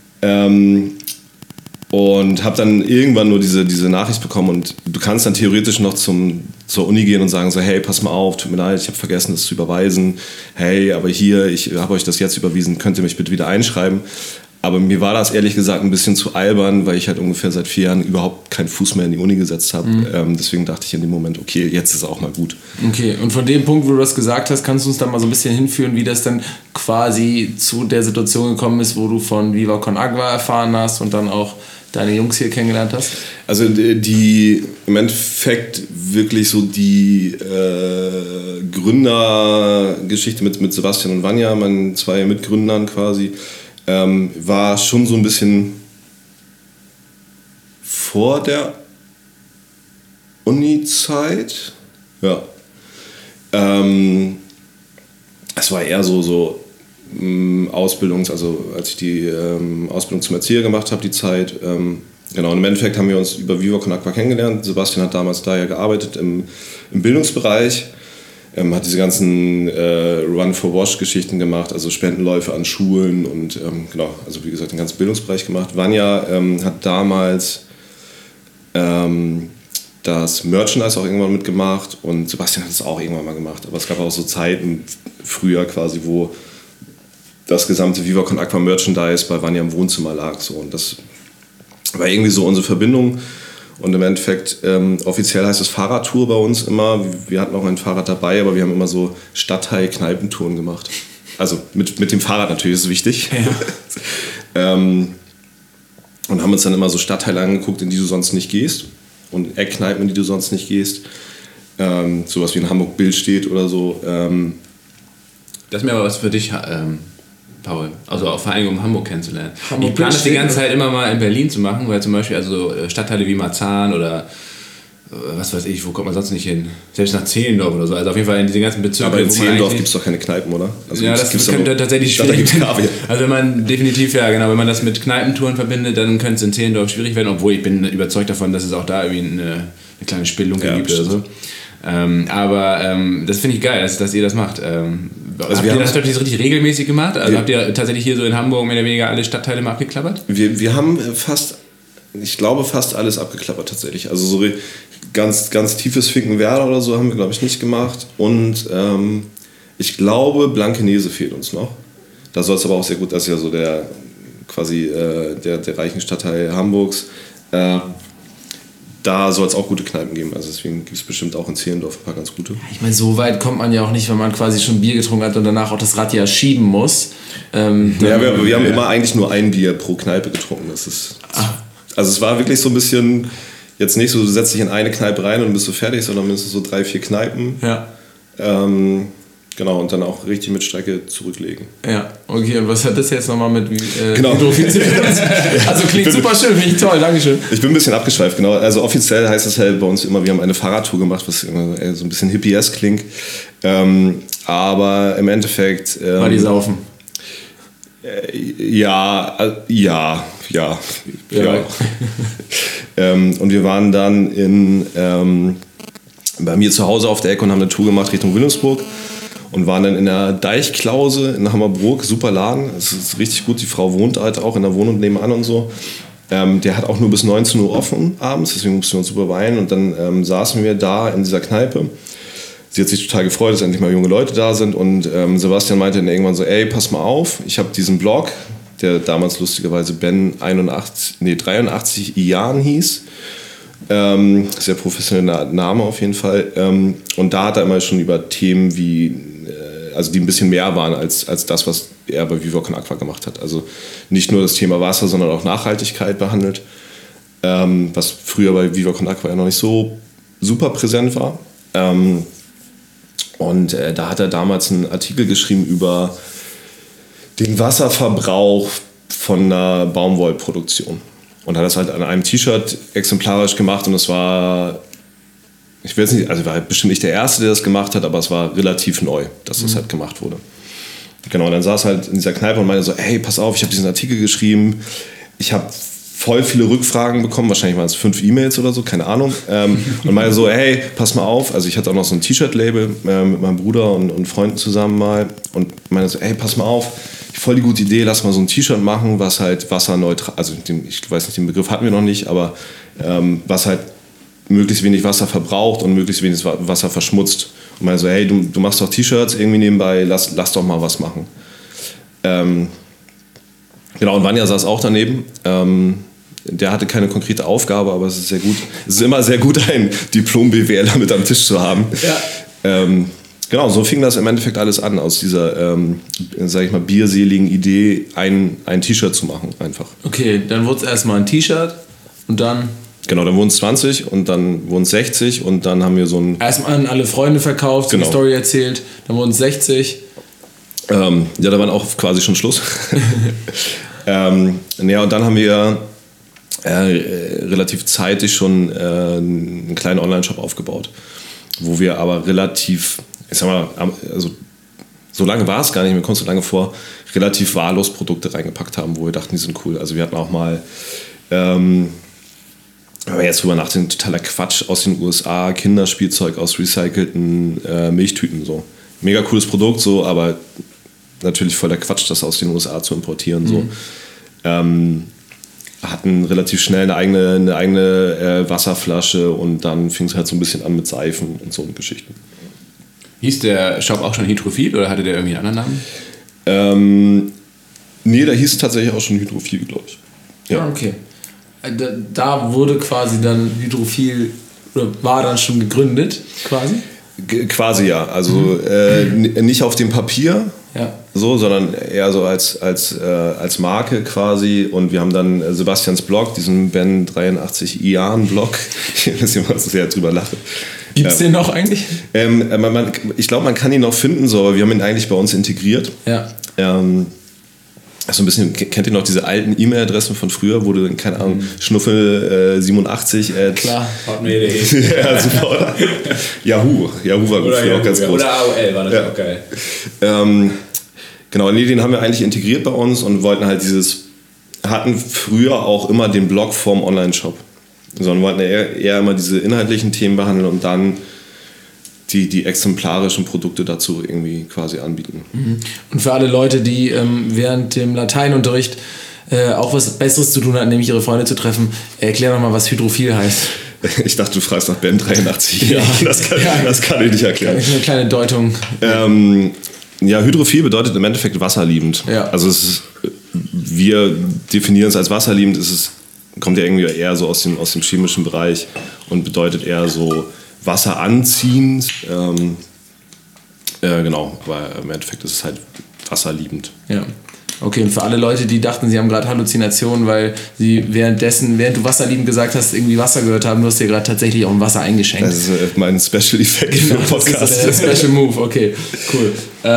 Und habe dann irgendwann nur diese Nachricht bekommen und du kannst dann theoretisch noch zur Uni gehen und sagen so, hey, pass mal auf, tut mir leid, ich habe vergessen, das zu überweisen. Hey, aber hier, ich habe euch das jetzt überwiesen, könnt ihr mich bitte wieder einschreiben? Aber mir war das ehrlich gesagt ein bisschen zu albern, weil ich halt ungefähr seit 4 Jahren überhaupt keinen Fuß mehr in die Uni gesetzt habe. Deswegen dachte ich in dem Moment, okay, jetzt ist es auch mal gut. Okay, und von dem Punkt, wo du das gesagt hast, kannst du uns dann mal so ein bisschen hinführen, wie das dann quasi zu der Situation gekommen ist, wo du von Viva Con Agua erfahren hast und dann auch deine Jungs hier kennengelernt hast? Also die im Endeffekt wirklich so die Gründergeschichte mit Sebastian und Vanja, meinen 2 Mitgründern quasi, war schon so ein bisschen vor der Uni-Zeit. Ja. Es war eher so also als ich die Ausbildung zum Erzieher gemacht habe, die Zeit. Genau, und im Endeffekt haben wir uns über Viva Con Agua kennengelernt. Sebastian hat damals da ja gearbeitet im Bildungsbereich. Hat diese ganzen Run for Wash-Geschichten gemacht, also Spendenläufe an Schulen und genau, also wie gesagt, den ganzen Bildungsbereich gemacht. Vanja hat damals das Merchandise auch irgendwann mitgemacht und Sebastian hat es auch irgendwann mal gemacht. Aber es gab auch so Zeiten früher quasi, wo das gesamte Viva Con Agua Merchandise bei Vanja im Wohnzimmer lag. So. Und das war irgendwie so unsere Verbindung. Und im Endeffekt, offiziell heißt es Fahrradtour bei uns immer. Wir hatten auch ein Fahrrad dabei, aber wir haben immer so Stadtteil-Kneipentouren gemacht. Also mit dem Fahrrad natürlich, ist wichtig. Ja. Und haben uns dann immer so Stadtteile angeguckt, in die du sonst nicht gehst. Und Eckkneipen, in die du sonst nicht gehst. Sowas wie in Hamburg Bild steht oder so. Das ist mir aber was für dich, Paul, also auch vor allem um Hamburg kennenzulernen. Ich plane das die ganze Zeit immer mal in Berlin zu machen, weil zum Beispiel also Stadtteile wie Marzahn oder was weiß ich, wo kommt man sonst nicht hin? Selbst nach Zehlendorf oder so, also auf jeden Fall in diese ganzen Bezirke. Aber in Zehlendorf gibt es doch keine Kneipen, oder? Also ja, das könnte tatsächlich schwierig werden. Also wenn man definitiv, ja genau, wenn man das mit Kneipentouren verbindet, dann könnte es in Zehlendorf schwierig werden, obwohl ich bin überzeugt davon, dass es auch da irgendwie eine kleine Spelunke gibt oder so. Aber das finde ich geil, dass ihr das macht. Also habt ihr das richtig regelmäßig gemacht? Also habt ihr tatsächlich hier so in Hamburg mehr oder weniger alle Stadtteile mal abgeklappert? Wir haben fast alles abgeklappert tatsächlich. Also so ganz, ganz tiefes Finkenwerder oder so haben wir, glaube ich, nicht gemacht. Und ich glaube, Blankenese fehlt uns noch. Da soll es aber auch sehr gut, das ist ja so der reichen Stadtteil Hamburgs. Da soll es auch gute Kneipen geben. Also deswegen gibt es bestimmt auch in Zehlendorf ein paar ganz gute. Ich meine, so weit kommt man ja auch nicht, wenn man quasi schon Bier getrunken hat und danach auch das Rad ja schieben muss. Wir haben immer eigentlich nur ein Bier pro Kneipe getrunken. Das ist, also es war wirklich so ein bisschen, jetzt nicht so, du setzt dich in eine Kneipe rein und bist so fertig, sondern mindestens so 3-4 Kneipen. Ja. Genau, und dann auch richtig mit Strecke zurücklegen. Ja, okay, und was hat das jetzt nochmal mit Hydrophil zu tun? Also klingt super schön, finde ich toll, dankeschön. Ich bin ein bisschen abgeschweift, genau. Also offiziell heißt es halt bei uns immer, wir haben eine Fahrradtour gemacht, was immer so ein bisschen hippiesk klingt. Aber im Endeffekt... War die saufen? Ja. Und wir waren dann bei mir zu Hause auf der Ecke und haben eine Tour gemacht Richtung Wilhelmsburg. Und waren dann in der Deichklause in Hammerbrook, super Laden, es ist richtig gut, die Frau wohnt halt auch in der Wohnung nebenan und so. Der hat auch nur bis 19 Uhr offen abends, deswegen mussten wir uns super beeilen. Und dann saßen wir da in dieser Kneipe. Sie hat sich total gefreut, dass endlich mal junge Leute da sind. Und Sebastian meinte dann irgendwann so, ey, pass mal auf, ich habe diesen Blog, der damals lustigerweise Ben 83 Ian hieß. Sehr professioneller Name auf jeden Fall. Und da hat er immer schon über Themen wie, also die ein bisschen mehr waren als das, was er bei Viva Con Aqua gemacht hat. Also nicht nur das Thema Wasser, sondern auch Nachhaltigkeit behandelt, was früher bei Viva Con Aqua ja noch nicht so super präsent war. Und da hat er damals einen Artikel geschrieben über den Wasserverbrauch von einer Baumwollproduktion. Und hat das halt an einem T-Shirt exemplarisch gemacht und das war, ich will jetzt nicht, also war bestimmt nicht der Erste, der das gemacht hat, aber es war relativ neu, dass das halt gemacht wurde. Genau, und dann saß halt in dieser Kneipe und meinte so, hey, pass auf, ich habe diesen Artikel geschrieben, ich habe voll viele Rückfragen bekommen, wahrscheinlich waren es 5 E-Mails oder so, keine Ahnung. Und meinte so, hey, pass mal auf, also ich hatte auch noch so ein T-Shirt-Label mit meinem Bruder und Freunden zusammen mal und meinte so, hey, pass mal auf, voll die gute Idee, lass mal so ein T-Shirt machen, was halt wasserneutral, also ich weiß nicht, den Begriff hatten wir noch nicht, aber was halt möglichst wenig Wasser verbraucht und möglichst wenig Wasser verschmutzt. Und meinte so, hey, du machst doch T-Shirts irgendwie nebenbei, lass doch mal was machen. Genau, und Vanja saß auch daneben. Der hatte keine konkrete Aufgabe, aber es ist sehr gut. Es ist immer sehr gut, einen Diplom-BWLer mit am Tisch zu haben. Ja. Genau, so fing das im Endeffekt alles an, aus dieser, sag ich mal, bierseligen Idee, ein T-Shirt zu machen, einfach. Okay, dann wurde es erstmal ein T-Shirt und dann... Genau, dann wurden es 20 und dann wurden es 60 und dann haben wir so ein... Erstmal an alle Freunde verkauft, so eine Story erzählt, dann wurden es 60. Ja, da war auch quasi schon Schluss. Ja, und dann haben wir relativ zeitig schon einen kleinen Online-Shop aufgebaut, wo wir aber relativ, ich sag mal, also so lange war es gar nicht, mir kommt es so lange vor, relativ wahllos Produkte reingepackt haben, wo wir dachten, die sind cool. Also wir hatten auch mal, wenn man jetzt drüber nachdenkt, totaler Quatsch aus den USA, Kinderspielzeug aus recycelten Milchtüten, so. Mega cooles Produkt, so, aber natürlich voll der Quatsch, das aus den USA zu importieren, so. Hatten relativ schnell eine eigene Wasserflasche und dann fing es halt so ein bisschen an mit Seifen und so Geschichten. Hieß der Shop auch schon Hydrophil oder hatte der irgendwie einen anderen Namen? Nee, da hieß es tatsächlich auch schon Hydrophil, glaube ich. Ja, okay. Da wurde quasi dann Hydrophil, oder war dann schon gegründet, quasi? Quasi ja, also nicht auf dem Papier, so, sondern eher so als Marke quasi. Und wir haben dann Sebastians Blog, diesen Ben 83 Ian Blog, ich weiß nicht, was sehr drüber lache. Gibt es den noch eigentlich? Ich glaube, man kann ihn noch finden, so, aber wir haben ihn eigentlich bei uns integriert. Ja. So ein bisschen, kennt ihr noch diese alten E-Mail-Adressen von früher, wo du dann, keine Ahnung, Schnuffel87 Klar, Hotmail.de. Ja, super, oder? Yahoo war früher auch ganz groß. Oder AOL war natürlich auch geil. Genau, nee, den haben wir eigentlich integriert bei uns und wollten halt hatten früher auch immer den Blog vorm Online-Shop. Sondern wollten eher immer diese inhaltlichen Themen behandeln und dann die exemplarischen Produkte dazu irgendwie quasi anbieten. Und für alle Leute, die während dem Lateinunterricht auch was Besseres zu tun hatten, nämlich ihre Freunde zu treffen, erklär doch mal, was Hydrophil heißt. Ich dachte, du fragst nach Ben 83. Ja, das kann ich nicht erklären. Eine kleine Deutung. Ja, Hydrophil bedeutet im Endeffekt wasserliebend. Ja. Also wir definieren es als wasserliebend, kommt ja irgendwie eher so aus dem chemischen Bereich und bedeutet eher so wasseranziehend. Genau, aber im Endeffekt ist es halt wasserliebend. Ja. Okay, und für alle Leute, die dachten, sie haben gerade Halluzinationen, weil sie während du wasserliebend gesagt hast, irgendwie Wasser gehört haben, du hast dir gerade tatsächlich auch ein Wasser eingeschenkt. Das ist mein Special Effekt für den Podcast. Das ist der Special Move, okay, cool.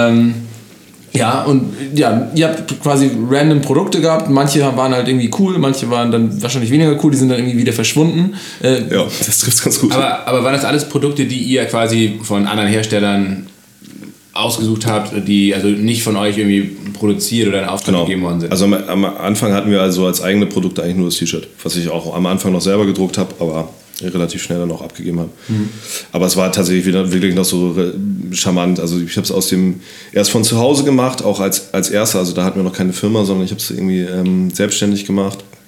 Ihr habt quasi random Produkte gehabt, manche waren halt irgendwie cool, manche waren dann wahrscheinlich weniger cool, die sind dann irgendwie wieder verschwunden. Ja, das trifft ganz gut. Aber waren das alles Produkte, die ihr quasi von anderen Herstellern ausgesucht habt, die also nicht von euch irgendwie produziert oder in Auftrag gegeben worden sind? Also am Anfang hatten wir also als eigene Produkte eigentlich nur das T-Shirt, was ich auch am Anfang noch selber gedruckt habe, aber relativ schnell dann auch abgegeben habe. Aber es war tatsächlich wirklich noch so charmant. Also ich habe es erst von zu Hause gemacht, auch als erster. Also da hatten wir noch keine Firma, sondern ich habe es irgendwie selbstständig gemacht.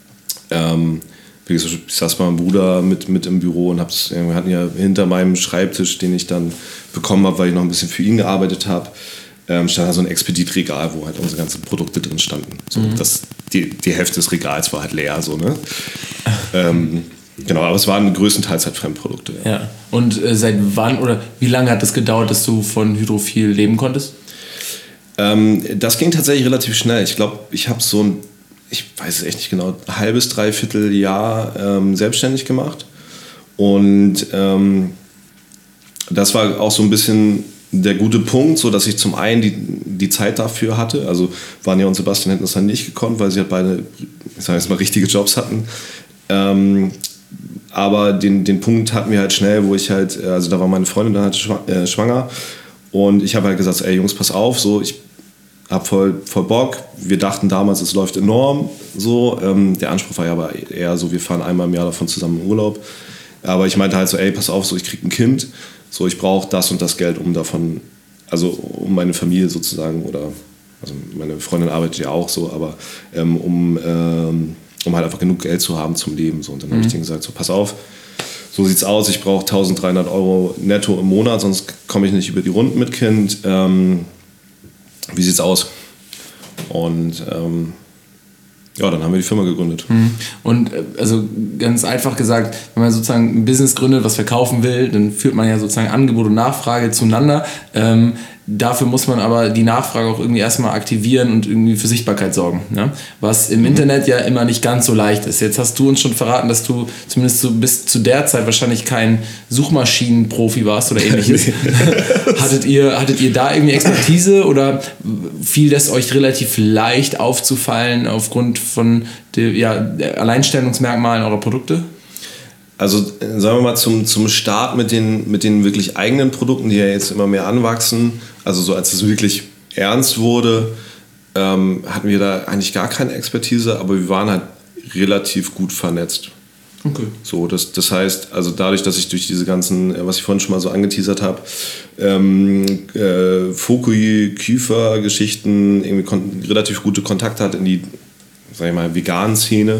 Ich saß bei meinem Bruder mit im Büro und wir hatten ja hinter meinem Schreibtisch, den ich dann bekommen habe, weil ich noch ein bisschen für ihn gearbeitet habe, stand da so ein Expedit-Regal, wo halt unsere ganzen Produkte drin standen. So, die Hälfte des Regals war halt leer, so, ne? Genau, aber es waren größtenteils halt Fremdprodukte. Ja. Und seit wann oder wie lange hat es gedauert, dass du von Hydrophil leben konntest? Das ging tatsächlich relativ schnell. Ich glaube, ich habe ich weiß es echt nicht genau, ein halbes, dreiviertel Jahr selbstständig gemacht. Und das war auch so ein bisschen der gute Punkt, so dass ich zum einen die Zeit dafür hatte. Also Vanja und Sebastian hätten das dann nicht gekonnt, weil sie halt beide, ich sage jetzt mal, richtige Jobs hatten. Aber den Punkt hatten wir halt schnell, wo ich halt, also da war meine Freundin dann halt schwanger. Und ich habe halt gesagt, ey Jungs, pass auf, so ich habe voll Bock. Wir dachten damals, es läuft enorm. So, der Anspruch war ja aber eher so, wir fahren einmal im Jahr davon zusammen in Urlaub. Aber ich meinte halt so, ey, pass auf, so ich krieg ein Kind. So, ich brauche das und das Geld, um meine Familie sozusagen, also meine Freundin arbeitet ja auch so, aber um halt einfach genug Geld zu haben zum Leben. So. Und dann habe ich denen gesagt, so pass auf, so sieht's aus, ich brauche 1.300 Euro netto im Monat, sonst komme ich nicht über die Runden mit Kind. Wie sieht's aus? Und ja, dann haben wir die Firma gegründet. Und also ganz einfach gesagt, wenn man sozusagen ein Business gründet, was verkaufen will, dann führt man ja sozusagen Angebot und Nachfrage zueinander. Dafür muss man aber die Nachfrage auch irgendwie erstmal aktivieren und irgendwie für Sichtbarkeit sorgen. Ne? Was im Internet ja immer nicht ganz so leicht ist. Jetzt hast du uns schon verraten, dass du zumindest so bis zu der Zeit wahrscheinlich kein Suchmaschinenprofi warst oder ähnliches. Hattet ihr da irgendwie Expertise oder fiel das euch relativ leicht aufzufallen aufgrund von der Alleinstellungsmerkmalen eurer Produkte? Also sagen wir mal zum Start mit den wirklich eigenen Produkten, die ja jetzt immer mehr anwachsen, also so als es wirklich ernst wurde, hatten wir da eigentlich gar keine Expertise, aber wir waren halt relativ gut vernetzt. Okay. So, das heißt, also dadurch, dass ich durch diese ganzen, was ich vorhin schon mal so angeteasert habe, Fokui, Küfer-Geschichten, irgendwie relativ gute Kontakte hatte in die, sag ich mal, veganen Szene,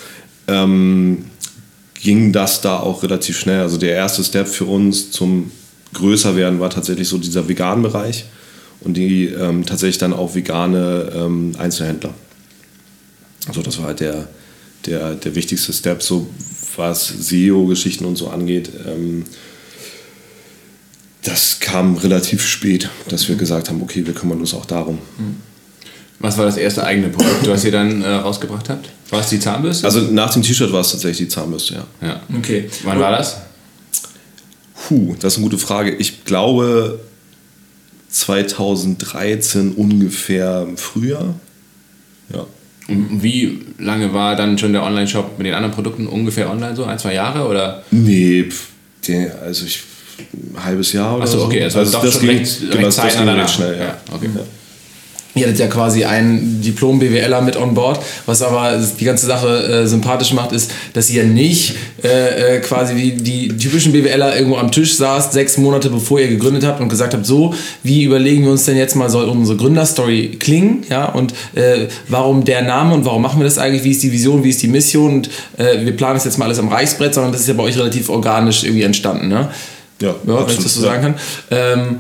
ging das da auch relativ schnell. Also der erste Step für uns zum Größerwerden war tatsächlich so dieser veganen Bereich und die tatsächlich dann auch vegane Einzelhändler. Also das war halt der wichtigste Step, so was SEO-Geschichten und so angeht. Das kam relativ spät, dass wir gesagt haben, okay, wir kümmern uns auch darum. Was war das erste eigene Produkt, was ihr dann rausgebracht habt? War es die Zahnbürste? Also nach dem T-Shirt war es tatsächlich die Zahnbürste, ja. Okay. Wann war das? Das ist eine gute Frage. Ich glaube 2013 ungefähr im Frühjahr. Ja. Und wie lange war dann schon der Online-Shop mit den anderen Produkten ungefähr online so? 1-2 Jahre oder? Nee, ein halbes Jahr oder Achso, okay, so. also das ging recht schnell. Ja, okay. Ja. Ihr hattet ja quasi einen Diplom-BWLer mit on board, was aber die ganze Sache sympathisch macht, ist, dass ihr nicht quasi wie die typischen BWLer irgendwo am Tisch saßt, 6 Monate bevor ihr gegründet habt und gesagt habt, so, wie überlegen wir uns denn jetzt mal, soll unsere Gründerstory klingen, ja, und warum der Name und warum machen wir das eigentlich, wie ist die Vision, wie ist die Mission und wir planen das jetzt mal alles am Reißbrett, sondern das ist ja bei euch relativ organisch irgendwie entstanden, ne? Ja, wenn ich das so sagen kann.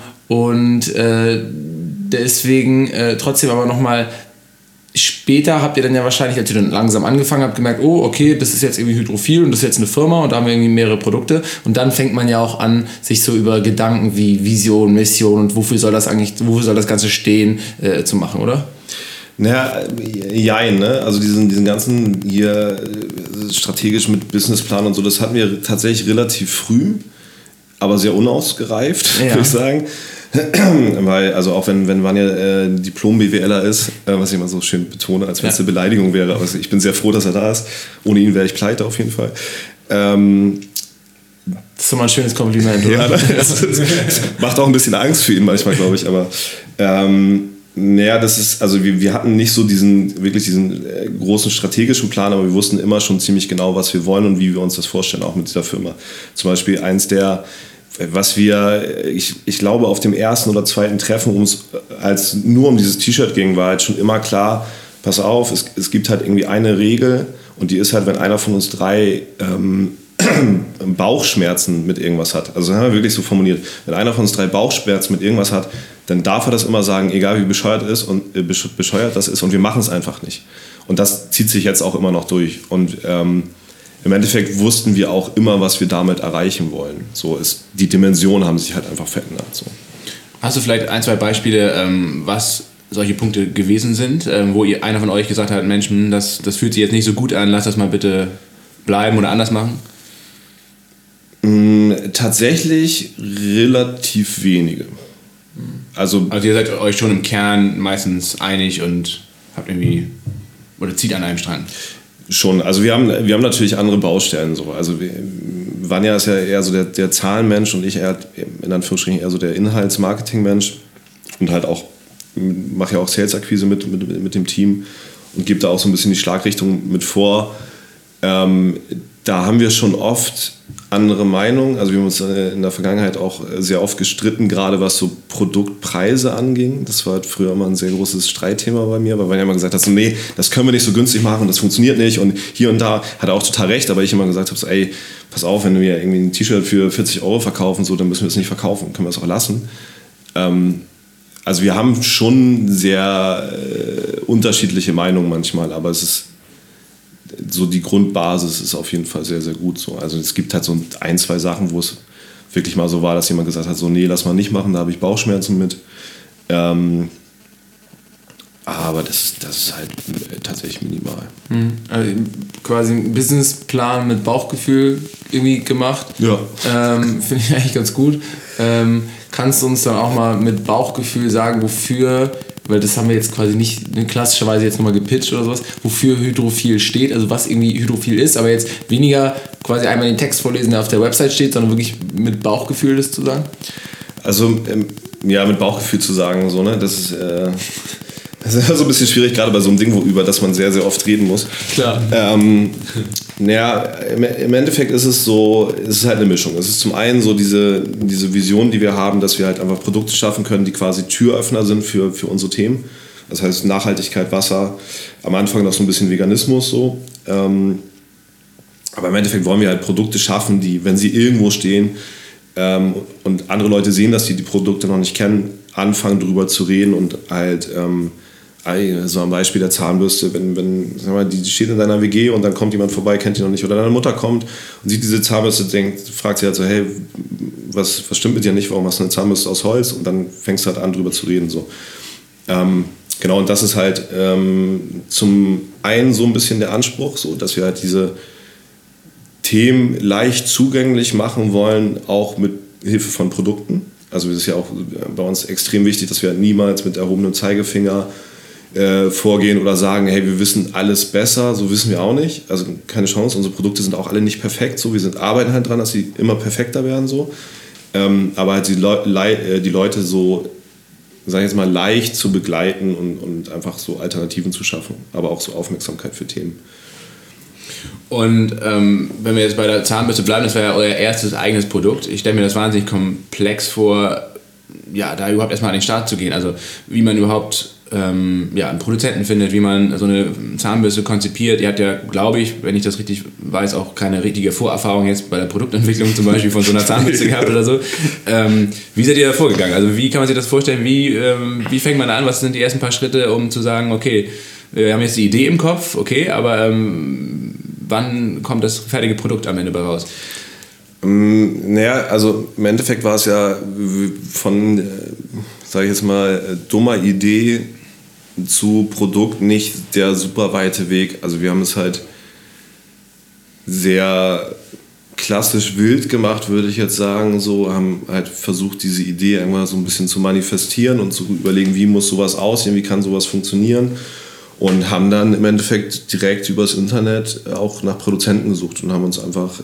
Deswegen trotzdem aber nochmal, später habt ihr dann ja wahrscheinlich, als ihr dann langsam angefangen habt, gemerkt, oh, okay, das ist jetzt irgendwie Hydrophil und das ist jetzt eine Firma und da haben wir irgendwie mehrere Produkte und dann fängt man ja auch an, sich so über Gedanken wie Vision, Mission und wofür soll das Ganze stehen, zu machen, oder? Naja, jein, ne? Also diesen ganzen hier strategisch mit Businessplan und so, das hatten wir tatsächlich relativ früh, aber sehr unausgereift, würde ich sagen. Weil, also auch wenn Vanja Diplom-BWLer ist, was ich immer so schön betone, als wenn es eine Beleidigung wäre, aber ich bin sehr froh, dass er da ist. Ohne ihn wäre ich pleite auf jeden Fall. Das ist doch mal ein schönes Kompliment, oder? Ja, das macht auch ein bisschen Angst für ihn manchmal, glaube ich, aber das ist, also wir hatten nicht so diesen großen strategischen Plan, aber wir wussten immer schon ziemlich genau, was wir wollen und wie wir uns das vorstellen, auch mit dieser Firma. Zum Beispiel was wir, ich glaube, auf dem ersten oder zweiten Treffen, als nur um dieses T-Shirt ging, war halt schon immer klar, pass auf, es gibt halt irgendwie eine Regel und die ist halt, wenn einer von uns 3 Bauchschmerzen mit irgendwas hat, also haben wir wirklich so formuliert, wenn einer von uns 3 Bauchschmerzen mit irgendwas hat, dann darf er das immer sagen, egal wie bescheuert das ist und wir machen es einfach nicht. Und das zieht sich jetzt auch immer noch durch. Und im Endeffekt wussten wir auch immer, was wir damit erreichen wollen. So ist, die Dimensionen haben sich halt einfach verändert. So. Hast du vielleicht 1, 2 Beispiele, was solche Punkte gewesen sind, wo einer von euch gesagt hat, Mensch, das fühlt sich jetzt nicht so gut an, lass das mal bitte bleiben oder anders machen? Tatsächlich relativ wenige. Also ihr seid euch schon im Kern meistens einig und habt irgendwie, oder zieht an einem Strang? Schon, also wir haben natürlich andere Baustellen. So. Also Vanja ist ja eher so der Zahlenmensch und ich eher, in Anführungsstrichen, eher so der Inhalts-Marketing-Mensch und halt auch, mache ja auch Sales-Akquise mit dem Team und gebe da auch so ein bisschen die Schlagrichtung mit vor. Da haben wir schon oft andere Meinungen. Also wir haben uns in der Vergangenheit auch sehr oft gestritten, gerade was so Produktpreise anging. Das war halt früher immer ein sehr großes Streitthema bei mir, weil man ja immer gesagt hat, so, nee, das können wir nicht so günstig machen, das funktioniert nicht. Und hier und da hat er auch total recht, aber ich immer gesagt habe, so, ey, pass auf, wenn wir irgendwie ein T-Shirt für 40 € verkaufen, so, dann müssen wir es nicht verkaufen, können wir es auch lassen. Also wir haben schon sehr unterschiedliche Meinungen manchmal, aber es ist so, die Grundbasis ist auf jeden Fall sehr, sehr gut so. Also es gibt halt so 1, 2 Sachen, wo es wirklich mal so war, dass jemand gesagt hat, so nee, lass mal nicht machen, da habe ich Bauchschmerzen mit. Aber das ist halt tatsächlich minimal. Also quasi einen Businessplan mit Bauchgefühl irgendwie gemacht. Ja. Finde ich eigentlich ganz gut. Kannst du uns dann auch mal mit Bauchgefühl sagen, wofür, weil das haben wir jetzt quasi nicht klassischerweise jetzt nochmal gepitcht oder sowas, wofür Hydrophil steht, also was irgendwie Hydrophil ist, aber jetzt weniger quasi einmal den Text vorlesen, der auf der Website steht, sondern wirklich mit Bauchgefühl das zu sagen? Also, ja, mit Bauchgefühl zu sagen, so, ne, das ist so ein bisschen schwierig, gerade bei so einem Ding, über das man sehr, sehr oft reden muss. Klar. Naja, im Endeffekt ist es so, es ist halt eine Mischung. Es ist zum einen so diese Vision, die wir haben, dass wir halt einfach Produkte schaffen können, die quasi Türöffner sind für unsere Themen. Das heißt Nachhaltigkeit, Wasser, am Anfang noch so ein bisschen Veganismus so. Aber im Endeffekt wollen wir halt Produkte schaffen, die, wenn sie irgendwo stehen und andere Leute sehen, dass die Produkte noch nicht kennen, anfangen drüber zu reden und halt so am Beispiel der Zahnbürste, wenn sag mal, die steht in deiner WG und dann kommt jemand vorbei, kennt die noch nicht, oder deine Mutter kommt und sieht diese Zahnbürste, fragt sie halt so, hey, was stimmt mit dir nicht, warum hast du eine Zahnbürste aus Holz? Und dann fängst du halt an, drüber zu reden. So. Genau, und das ist halt zum einen so ein bisschen der Anspruch, so, dass wir halt diese Themen leicht zugänglich machen wollen, auch mit Hilfe von Produkten. Also es ist ja auch bei uns extrem wichtig, dass wir niemals mit erhobenem Zeigefinger vorgehen oder sagen, hey, wir wissen alles besser, so wissen wir auch nicht. Also keine Chance, unsere Produkte sind auch alle nicht perfekt, so, wir arbeiten halt dran, dass sie immer perfekter werden, so. Aber halt die Leute so, sag ich jetzt mal, leicht zu begleiten und einfach so Alternativen zu schaffen, aber auch so Aufmerksamkeit für Themen. Und wenn wir jetzt bei der Zahnbürste bleiben, das war ja euer erstes eigenes Produkt. Ich stelle mir das wahnsinnig komplex vor, ja, da überhaupt erstmal an den Start zu gehen. Also wie man überhaupt einen Produzenten findet, wie man so eine Zahnbürste konzipiert. Ihr habt ja, glaube ich, wenn ich das richtig weiß, auch keine richtige Vorerfahrung jetzt bei der Produktentwicklung zum Beispiel von so einer Zahnbürste gehabt oder so. Wie seid ihr da vorgegangen? Also wie kann man sich das vorstellen? Wie fängt man an? Was sind die ersten paar Schritte, um zu sagen, okay, wir haben jetzt die Idee im Kopf, okay, aber wann kommt das fertige Produkt am Ende bei raus? Naja, also im Endeffekt war es ja von, sage ich jetzt mal, dummer Idee zu Produkt nicht der super weite Weg. Also wir haben es halt sehr klassisch wild gemacht, würde ich jetzt sagen. So, haben halt versucht, diese Idee irgendwann so ein bisschen zu manifestieren und zu überlegen, wie muss sowas aussehen, wie kann sowas funktionieren. Und haben dann im Endeffekt direkt übers Internet auch nach Produzenten gesucht und haben uns einfach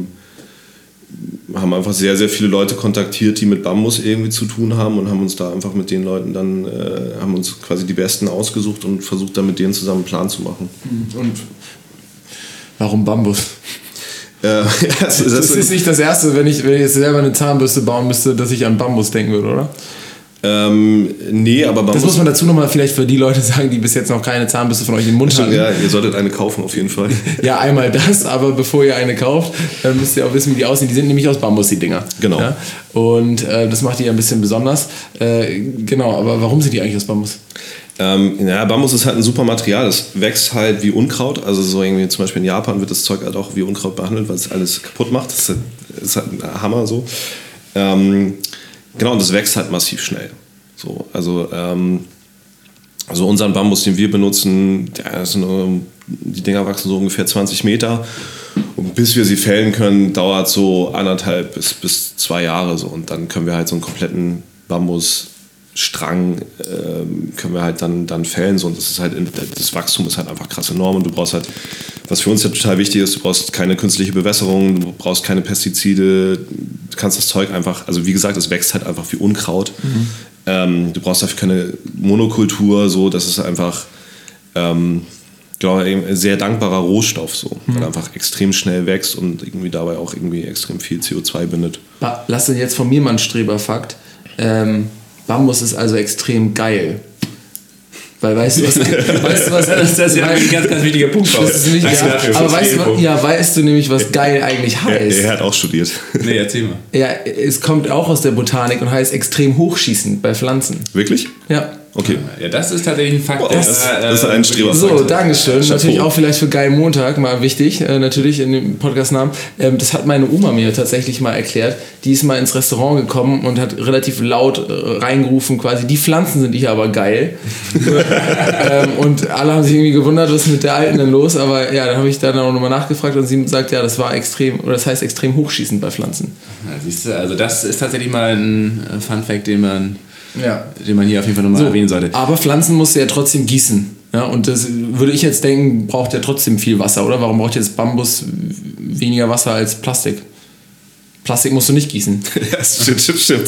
sehr, sehr viele Leute kontaktiert, die mit Bambus irgendwie zu tun haben und haben uns da einfach mit den Leuten dann, haben uns quasi die Besten ausgesucht und versucht dann mit denen zusammen einen Plan zu machen. Und warum Bambus? Das ist nicht das Erste, wenn ich jetzt selber eine Zahnbürste bauen müsste, dass ich an Bambus denken würde, oder? Nee, aber das muss man dazu nochmal vielleicht für die Leute sagen, die bis jetzt noch keine Zahnbürste von euch im Mund hatten. Ja, ihr solltet eine kaufen auf jeden Fall. Ja, einmal das, aber bevor ihr eine kauft, müsst ihr auch wissen, wie die aussehen. Die sind nämlich aus Bambus, die Dinger. Genau. Ja? Und das macht die ja ein bisschen besonders. Genau, aber warum sind die eigentlich aus Bambus? Bambus ist halt ein super Material. Das wächst halt wie Unkraut. Also so irgendwie zum Beispiel in Japan wird das Zeug halt auch wie Unkraut behandelt, weil es alles kaputt macht. Das ist halt ein Hammer so. Genau, und das wächst halt massiv schnell. So, also unseren Bambus, den wir benutzen, die Dinger wachsen so ungefähr 20 Meter. Und bis wir sie fällen können, dauert so 1,5 bis 2 Jahre. So. Und dann können wir halt so einen kompletten Bambusstrang können wir halt dann fällen. So. Und das ist halt, das Wachstum ist halt einfach krass enorm. Und du brauchst halt, was für uns ja total wichtig ist, du brauchst keine künstliche Bewässerung, du brauchst keine Pestizide, du kannst das Zeug einfach, also wie gesagt, es wächst halt einfach wie Unkraut. Du brauchst dafür keine Monokultur, so, das ist einfach ein sehr dankbarer Rohstoff, so, weil er einfach extrem schnell wächst und irgendwie dabei auch irgendwie extrem viel CO2 bindet. Lass uns jetzt von mir mal einen Streberfakt. Bambus ist also extrem geil. Weil weißt du was das ist ja ein ganz, ganz wichtiger Punkt. Aber weißt du nämlich, was geil eigentlich heißt? Er hat auch studiert. Nee, erzähl mal. Ja, es kommt auch aus der Botanik und heißt extrem hochschießend bei Pflanzen. Wirklich? Ja. Okay. Ja, das ist tatsächlich ein Fakt. Oh, das ist ein Streberfakt. So, Dankeschön. Chapeau. Natürlich auch vielleicht für Geil Montag mal wichtig, natürlich in dem Podcast-Namen. Das hat meine Oma mir tatsächlich mal erklärt. Die ist mal ins Restaurant gekommen und hat relativ laut reingerufen, quasi, die Pflanzen sind hier aber geil. Und alle haben sich irgendwie gewundert, was ist mit der Alten denn los? Aber ja, dann habe ich dann auch nochmal nachgefragt und sie sagt, ja, das heißt extrem hochschießend bei Pflanzen. Ja, siehst du, also das ist tatsächlich mal ein Fun-Fact, den man hier auf jeden Fall nochmal erwähnen sollte. Aber Pflanzen musst du ja trotzdem gießen. Ja, und das würde ich jetzt denken, braucht ja trotzdem viel Wasser, oder? Warum braucht jetzt Bambus weniger Wasser als Plastik? Plastik musst du nicht gießen. Ja, stimmt.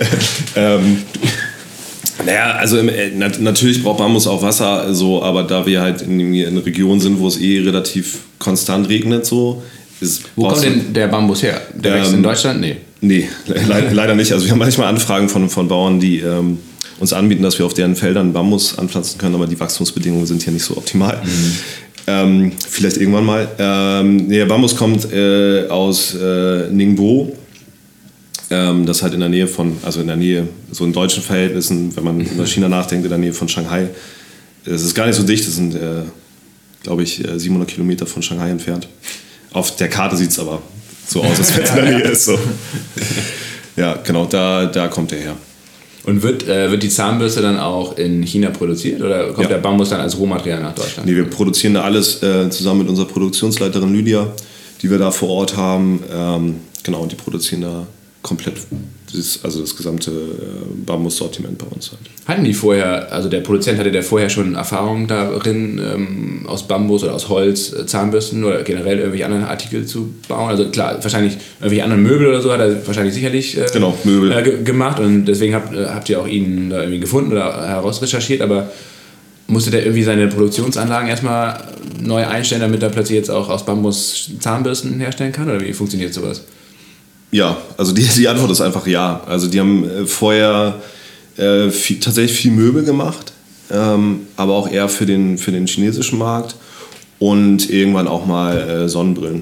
Also natürlich braucht Bambus auch Wasser, so, aber da wir halt in einer Region sind, wo es relativ konstant regnet, so. Wo kommt denn der Bambus her? Der wächst in Deutschland? Nee, leider nicht. Also wir haben manchmal Anfragen von Bauern, die uns anbieten, dass wir auf deren Feldern Bambus anpflanzen können, aber die Wachstumsbedingungen sind hier nicht so optimal. Vielleicht irgendwann mal. Der Bambus kommt aus Ningbo. Das halt in der Nähe, so in deutschen Verhältnissen, wenn man über China nachdenkt, in der Nähe von Shanghai. Es ist gar nicht so dicht, das sind, glaube ich, 700 Kilometer von Shanghai entfernt. Auf der Karte sieht es aber so aus, als wenn es in der Nähe ist. So. Ja, genau, da kommt der her. Und wird die Zahnbürste dann auch in China produziert oder kommt der Bambus dann als Rohmaterial nach Deutschland? Nee, wir produzieren da alles zusammen mit unserer Produktionsleiterin Lydia, die wir da vor Ort haben. Genau, die produzieren da komplett das gesamte Bambus-Sortiment bei uns halt. Hatten die vorher, also der Produzent hatte vorher schon Erfahrung darin, aus Bambus oder aus Holz Zahnbürsten oder generell irgendwelche anderen Artikel zu bauen? Also klar, wahrscheinlich irgendwelche anderen Möbel oder so hat er wahrscheinlich sicherlich Möbel. Gemacht und deswegen habt ihr auch ihn da irgendwie gefunden oder herausrecherchiert, aber musste der irgendwie seine Produktionsanlagen erstmal neu einstellen, damit er plötzlich jetzt auch aus Bambus Zahnbürsten herstellen kann? Oder wie funktioniert sowas? Ja, also die Antwort ist einfach ja. Also die haben vorher tatsächlich viel Möbel gemacht, aber auch eher für den chinesischen Markt und irgendwann auch mal Sonnenbrillen.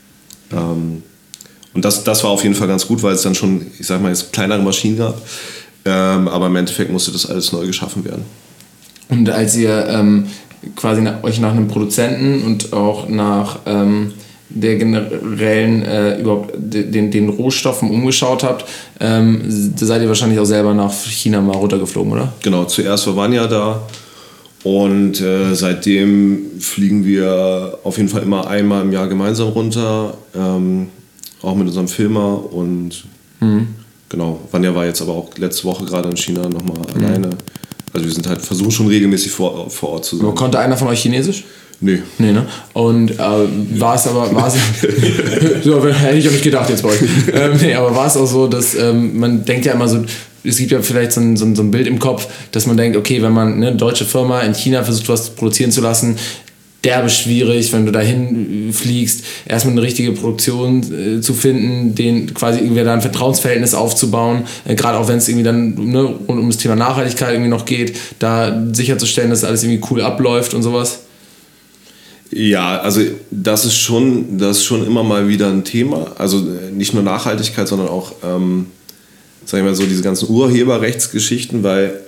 Und das war auf jeden Fall ganz gut, weil es dann schon, ich sag mal, jetzt kleinere Maschinen gab. Aber im Endeffekt musste das alles neu geschaffen werden. Und als ihr quasi euch nach einem Produzenten und auch nach der generellen überhaupt den Rohstoffen umgeschaut habt, seid ihr wahrscheinlich auch selber nach China mal runtergeflogen, oder? Genau, zuerst war Vanya da und seitdem fliegen wir auf jeden Fall immer einmal im Jahr gemeinsam runter, auch mit unserem Filmer und genau, Vanya war jetzt aber auch letzte Woche gerade in China nochmal alleine. Also wir sind halt versuchen schon regelmäßig vor Ort zu sein. Aber konnte einer von euch Chinesisch? Nee, ne? Und war es so, hätte ich auch nicht gedacht jetzt bei euch. Aber war es auch so, dass man denkt ja immer so, es gibt ja vielleicht so ein Bild im Kopf, dass man denkt, okay, wenn man eine deutsche Firma in China versucht, was produzieren zu lassen, derbe schwierig, wenn du dahin fliegst, erstmal eine richtige Produktion zu finden, den quasi irgendwie da ein Vertrauensverhältnis aufzubauen, gerade auch wenn es irgendwie dann rund um das Thema Nachhaltigkeit irgendwie noch geht, da sicherzustellen, dass alles irgendwie cool abläuft und sowas. Ja, also das ist schon immer mal wieder ein Thema. Also nicht nur Nachhaltigkeit, sondern auch, sag ich mal so, diese ganzen Urheberrechtsgeschichten, weil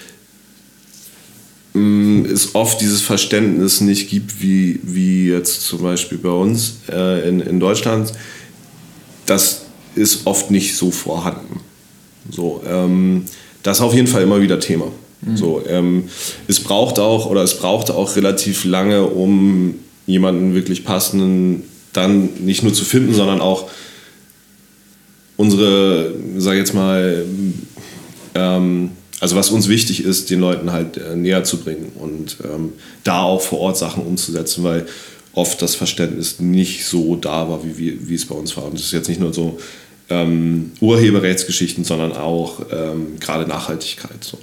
es oft dieses Verständnis nicht gibt, wie jetzt zum Beispiel bei uns in Deutschland. Das ist oft nicht so vorhanden. So, das ist auf jeden Fall immer wieder Thema. So, es brauchte auch relativ lange, um jemanden wirklich passenden dann nicht nur zu finden, sondern auch unsere, sag ich jetzt mal, also was uns wichtig ist, den Leuten halt näher zu bringen und da auch vor Ort Sachen umzusetzen, weil oft das Verständnis nicht so da war, wie es bei uns war. Und es ist jetzt nicht nur so Urheberrechtsgeschichten, sondern auch gerade Nachhaltigkeit. So.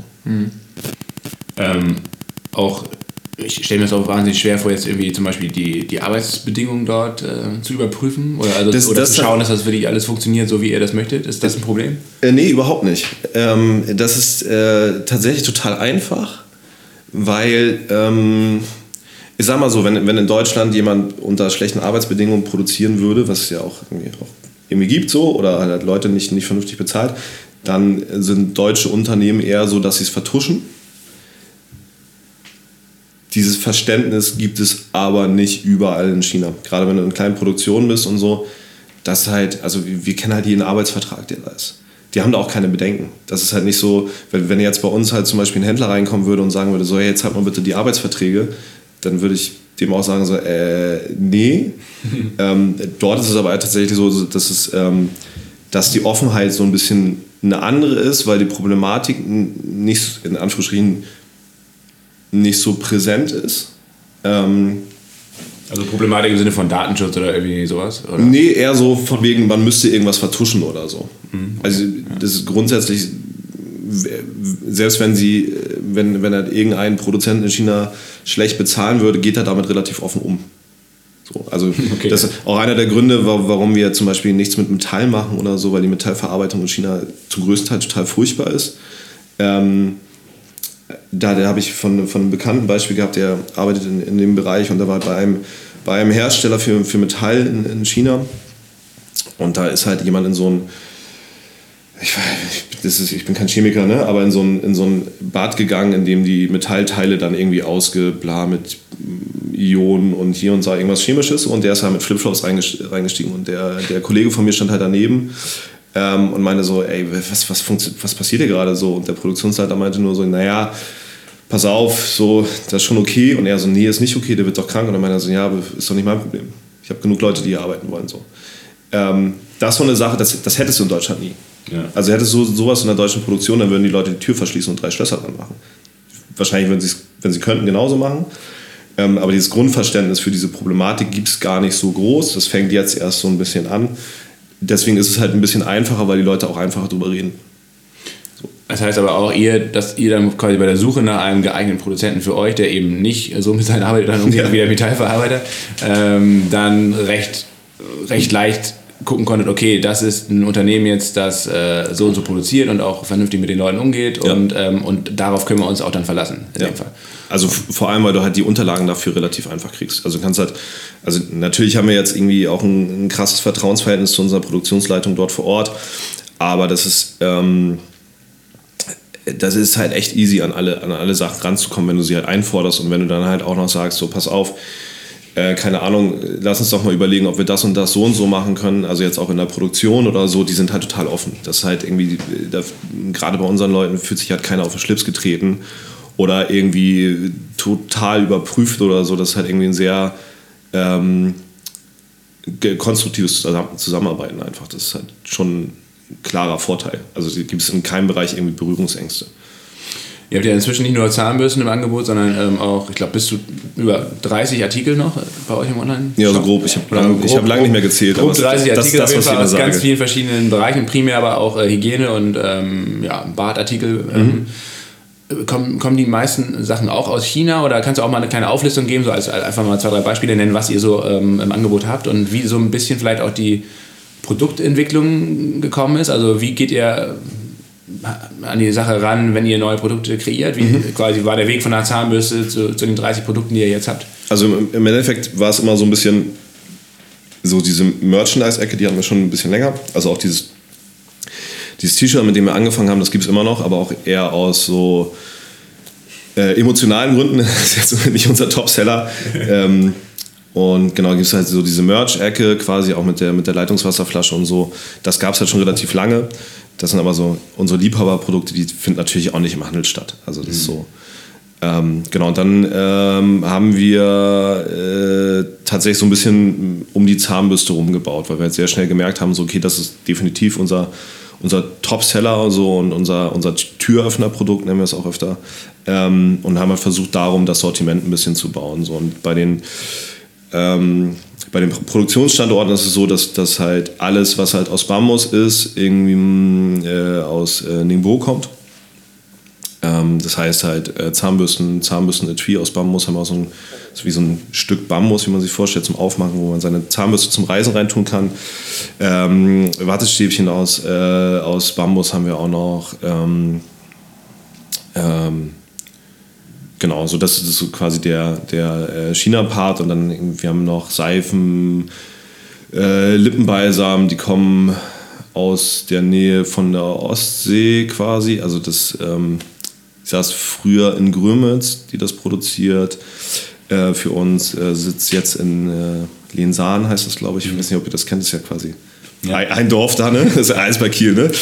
Auch, ich stelle mir das auch wahnsinnig schwer vor, jetzt irgendwie zum Beispiel die Arbeitsbedingungen dort zu überprüfen oder zu schauen, dass das wirklich alles funktioniert, so wie ihr das möchtet. Ist das ein Problem? Nee, überhaupt nicht. Das ist tatsächlich total einfach, weil ich sag mal so, wenn in Deutschland jemand unter schlechten Arbeitsbedingungen produzieren würde, was es ja auch irgendwie gibt so, oder halt Leute nicht vernünftig bezahlt, dann sind deutsche Unternehmen eher so, dass sie es vertuschen. Dieses Verständnis gibt es aber nicht überall in China. Gerade wenn du in kleinen Produktionen bist und so, das halt, also wir kennen halt jeden Arbeitsvertrag, der da ist. Die haben da auch keine Bedenken. Das ist halt nicht so, wenn jetzt bei uns halt zum Beispiel ein Händler reinkommen würde und sagen würde, so, hey, jetzt halt mal bitte die Arbeitsverträge, dann würde ich dem auch sagen, so, nee. Dort ist es aber tatsächlich so, dass die Offenheit so ein bisschen eine andere ist, weil die Problematik nicht, in Anführungsstrichen, nicht so präsent ist. Also Problematik im Sinne von Datenschutz oder irgendwie sowas? Oder? Nee, eher so von wegen, man müsste irgendwas vertuschen oder so. Also das ist grundsätzlich, selbst wenn halt irgendein Produzent in China schlecht bezahlen würde, geht er damit relativ offen um. So, also okay. Das ist auch einer der Gründe, warum wir zum Beispiel nichts mit Metall machen oder so, weil die Metallverarbeitung in China zum größten Teil total furchtbar ist. Da habe ich von einem Bekannten Beispiel gehabt, der arbeitet in dem Bereich und da war bei einem Hersteller für Metall in China und da ist halt jemand in so ein, ich bin kein Chemiker, ne, aber in so ein Bad gegangen, in dem die Metallteile dann irgendwie ausgebla mit Ionen und hier und da irgendwas Chemisches und der ist halt mit Flipflops reingestiegen und der Kollege von mir stand halt daneben und meinte so, ey, was passiert hier gerade so? Und der Produktionsleiter meinte nur so, naja, pass auf, so, das ist schon okay. Und er so, nee, ist nicht okay, der wird doch krank. Und dann meinte er so, ja, ist doch nicht mein Problem. Ich habe genug Leute, die hier arbeiten wollen. So. Das ist so eine Sache, das hättest du in Deutschland nie. Ja. Also hättest du sowas in der deutschen Produktion, dann würden die Leute die Tür verschließen und 3 Schlösser dran machen. Wahrscheinlich, wenn sie könnten, genauso machen. Aber dieses Grundverständnis für diese Problematik gibt es gar nicht so groß. Das fängt jetzt erst so ein bisschen an. Deswegen ist es halt ein bisschen einfacher, weil die Leute auch einfacher drüber reden. So. Das heißt aber auch, dass ihr dann quasi bei der Suche nach einem geeigneten Produzenten für euch, der eben nicht so mit seiner Arbeit dann umgeht wie der Metallverarbeiter, dann recht leicht gucken konntet, okay, das ist ein Unternehmen jetzt, das so und so produziert und auch vernünftig mit den Leuten umgeht und darauf können wir uns auch dann verlassen in dem Fall. Also vor allem, weil du halt die Unterlagen dafür relativ einfach kriegst. Also du kannst halt, also natürlich haben wir jetzt irgendwie auch ein krasses Vertrauensverhältnis zu unserer Produktionsleitung dort vor Ort, aber das ist halt echt easy, an alle Sachen ranzukommen, wenn du sie halt einforderst und wenn du dann halt auch noch sagst, so pass auf, keine Ahnung, lass uns doch mal überlegen, ob wir das und das so und so machen können, also jetzt auch in der Produktion oder so, die sind halt total offen. Das ist halt irgendwie, gerade bei unseren Leuten fühlt sich halt keiner auf den Schlips getreten oder irgendwie total überprüft oder so. Das ist halt irgendwie ein sehr konstruktives Zusammenarbeiten einfach. Das ist halt schon ein klarer Vorteil. Also gibt es in keinem Bereich irgendwie Berührungsängste. Ihr habt ja inzwischen nicht nur Zahnbürsten im Angebot, sondern auch, ich glaube, bis zu über 30 Artikel noch bei euch im Online-Shop? Ja, so grob. Ich habe lange nicht mehr gezählt. Grob 30 Artikel auf jeden Fall aus ganz vielen verschiedenen Bereichen, primär aber auch Hygiene und Badartikel. Kommen die meisten Sachen auch aus China oder kannst du auch mal eine kleine Auflistung geben, so als einfach mal 2, 3 Beispiele nennen, was ihr so im Angebot habt und wie so ein bisschen vielleicht auch die Produktentwicklung gekommen ist? Also wie geht ihr an die Sache ran, wenn ihr neue Produkte kreiert? Wie quasi war der Weg von der Zahnbürste zu den 30 Produkten, die ihr jetzt habt? Also im Endeffekt war es immer so ein bisschen so diese Merchandise-Ecke, die hatten wir schon ein bisschen länger. Also auch dieses T-Shirt, mit dem wir angefangen haben, das gibt es immer noch, aber auch eher aus so emotionalen Gründen. Das ist jetzt nicht unser Top-Seller. Und genau, gibt es halt so diese Merch-Ecke quasi auch mit der Leitungswasserflasche und so. Das gab es halt schon relativ lange. Das sind aber so unsere Liebhaberprodukte, die finden natürlich auch nicht im Handel statt. Also das ist so. Genau, und dann haben wir tatsächlich so ein bisschen um die Zahnbürste rumgebaut, weil wir jetzt sehr schnell gemerkt haben, so okay, das ist definitiv unser Top-Seller so und unser Türöffner-Produkt, nennen wir es auch öfter. Und haben halt versucht, darum das Sortiment ein bisschen zu bauen. So. Und bei den Produktionsstandorten ist es so, dass halt alles, was halt aus Bambus ist, irgendwie aus Ningbo kommt. Das heißt halt Zahnbürsten-Etui aus Bambus haben wir auch so wie so ein Stück Bambus, wie man sich vorstellt, zum Aufmachen, wo man seine Zahnbürste zum Reisen reintun kann. Wattestäbchen aus Bambus haben wir auch noch. Genau, so das ist so quasi der China-Part und dann wir haben noch Seifen, Lippenbalsam, die kommen aus der Nähe von der Ostsee quasi, also das ich saß früher in Grömitz, die das produziert. Für uns sitzt jetzt in Lensahn, heißt das, glaube ich. Ich weiß nicht, ob ihr das kennt, das ist ja quasi ein Dorf da, ne? Das ist ja eins bei Kiel, ne?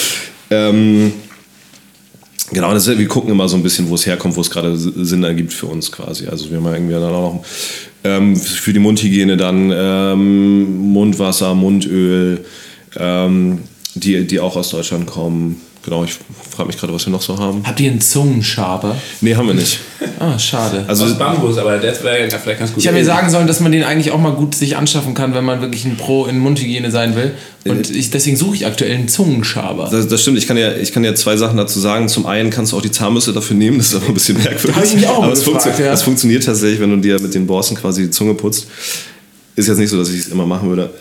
Genau, wir gucken immer so ein bisschen, wo es herkommt, wo es gerade Sinn ergibt für uns quasi. Also wir haben irgendwie dann auch noch für die Mundhygiene dann Mundwasser, Mundöl, die auch aus Deutschland kommen. Genau, ich frage mich gerade, was wir noch so haben. Habt ihr einen Zungenschaber? Nee, haben wir nicht. Ah, schade. Also aus Bambus, aber das wäre vielleicht ganz gut. Ich habe mir sagen sollen, dass man den eigentlich auch mal gut sich anschaffen kann, wenn man wirklich ein Pro in Mundhygiene sein will. Und deswegen suche ich aktuell einen Zungenschaber. Das stimmt, ich kann ja 2 Sachen dazu sagen. Zum einen kannst du auch die Zahnbürste dafür nehmen, das ist aber ein bisschen merkwürdig. Da habe ich mich auch aber es funktioniert tatsächlich, wenn du dir mit den Borsten quasi die Zunge putzt. Ist jetzt nicht so, dass ich es immer machen würde.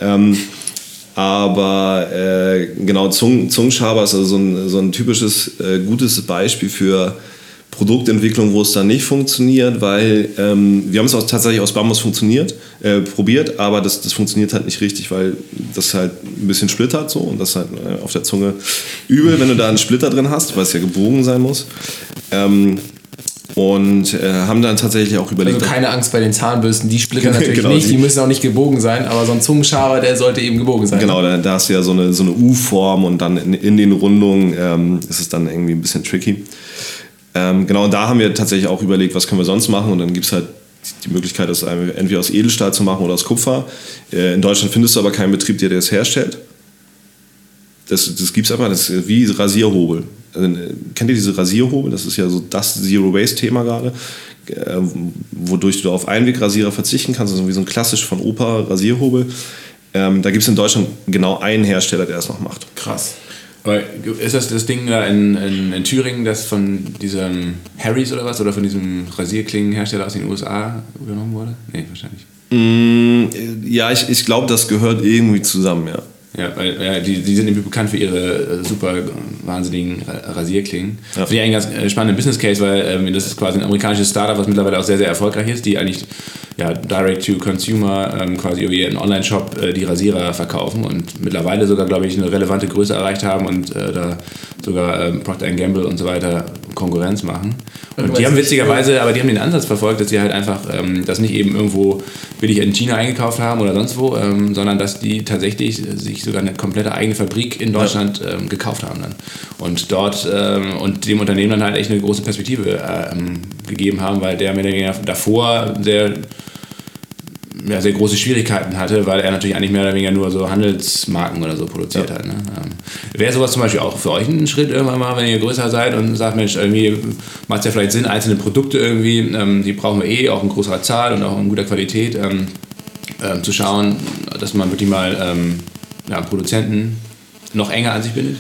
Aber genau, Zungenschaber ist also so ein typisches, gutes Beispiel für Produktentwicklung, wo es dann nicht funktioniert, weil wir haben es auch tatsächlich aus Bambus probiert, aber das funktioniert halt nicht richtig, weil das halt ein bisschen splittert so und das halt auf der Zunge übel, wenn du da einen Splitter drin hast, weil es ja gebogen sein muss. Und haben dann tatsächlich auch überlegt... Also keine Angst bei den Zahnbürsten, die splittern natürlich genau, nicht, die müssen auch nicht gebogen sein, aber so ein Zungenschaber, der sollte eben gebogen sein. Genau, da hast du ja so eine U-Form und dann in den Rundungen ist es dann irgendwie ein bisschen tricky. Genau, und da haben wir tatsächlich auch überlegt, was können wir sonst machen und dann gibt es halt die Möglichkeit, das entweder aus Edelstahl zu machen oder aus Kupfer. In Deutschland findest du aber keinen Betrieb, der das herstellt. Das gibt es einfach, das ist wie Rasierhobel. Kennt ihr diese Rasierhobel? Das ist ja so das Zero-Waste-Thema gerade, wodurch du auf Einwegrasierer verzichten kannst, also wie so ein klassisch von Opa Rasierhobel. Da gibt es in Deutschland genau einen Hersteller, der das noch macht. Krass. Aber ist das Ding da in Thüringen, das von diesem Harry's oder was, oder von diesem Rasierklingenhersteller aus den USA übernommen wurde? Nee, wahrscheinlich. Ja, ich glaube, das gehört irgendwie zusammen, ja. Ja, weil die sind nämlich bekannt für ihre super wahnsinnigen Rasierklingen. Ja. Finde ich einen ganz spannenden Business Case, weil das ist quasi ein amerikanisches Startup, was mittlerweile auch sehr, sehr erfolgreich ist, die eigentlich direct to consumer quasi über ihren Online-Shop die Rasierer verkaufen und mittlerweile sogar, glaube ich, eine relevante Größe erreicht haben und da sogar Procter & Gamble und so weiter Konkurrenz machen. Und die haben witzigerweise, aber die haben den Ansatz verfolgt, dass sie halt einfach das nicht eben irgendwo billig in China eingekauft haben oder sonst wo, sondern dass die tatsächlich sich sogar eine komplette eigene Fabrik in Deutschland gekauft haben dann. Und dort und dem Unternehmen dann halt echt eine große Perspektive gegeben haben, weil der davor sehr große Schwierigkeiten hatte, weil er natürlich eigentlich mehr oder weniger nur so Handelsmarken oder so produziert hat. Ne? Wäre sowas zum Beispiel auch für euch ein Schritt irgendwann mal, wenn ihr größer seid und sagt, Mensch, irgendwie macht es ja vielleicht Sinn, einzelne Produkte irgendwie, die brauchen wir auch in größerer Zahl und auch in guter Qualität, zu schauen, dass man wirklich mal Produzenten noch enger an sich bindet?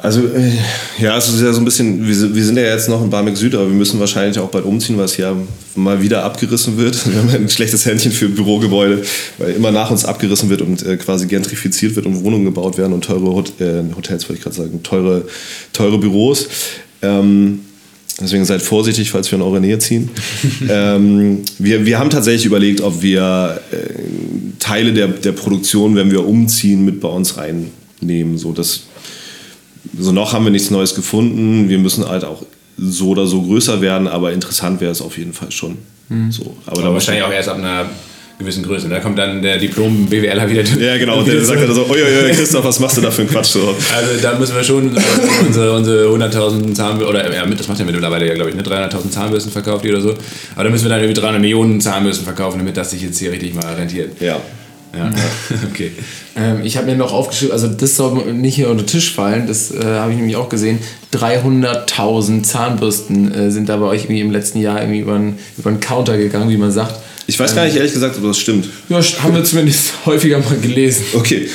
Also, ja, es ist ja so ein bisschen, wir sind ja jetzt noch in Barmbek Süd, aber wir müssen wahrscheinlich auch bald umziehen, weil es ja mal wieder abgerissen wird. Wir haben ein schlechtes Händchen für Bürogebäude, weil immer nach uns abgerissen wird und quasi gentrifiziert wird und Wohnungen gebaut werden und teure Hotels, wollte ich gerade sagen, teure Büros. Deswegen seid vorsichtig, falls wir in eure Nähe ziehen. Wir haben tatsächlich überlegt, ob wir Teile der Produktion, wenn wir umziehen, mit bei uns reinnehmen. So noch haben wir nichts Neues gefunden. Wir müssen halt auch so oder so größer werden, aber interessant wäre es auf jeden Fall schon. So, aber wahrscheinlich auch erst ab einer gewissen Größe. Da kommt dann der Diplom-BWLer wieder. Ja, genau. Und der sagt dann so, Christoph, was machst du da für einen Quatsch? So. Also da müssen wir schon unsere 100.000 Zahnbürsten, oder das macht ja mittlerweile ja, glaube ich, 300.000 Zahnbürsten verkauft die oder so. Aber da müssen wir dann irgendwie 300 Millionen Zahnbürsten verkaufen, damit das sich jetzt hier richtig mal rentiert. Ja. Okay. Ich habe mir noch aufgeschrieben, also das soll nicht hier unter den Tisch fallen, das habe ich nämlich auch gesehen, 300.000 Zahnbürsten sind da bei euch irgendwie im letzten Jahr irgendwie über einen Counter gegangen, wie man sagt. Ich weiß gar nicht, ehrlich gesagt, ob das stimmt. Ja, haben wir zumindest häufiger mal gelesen. Okay.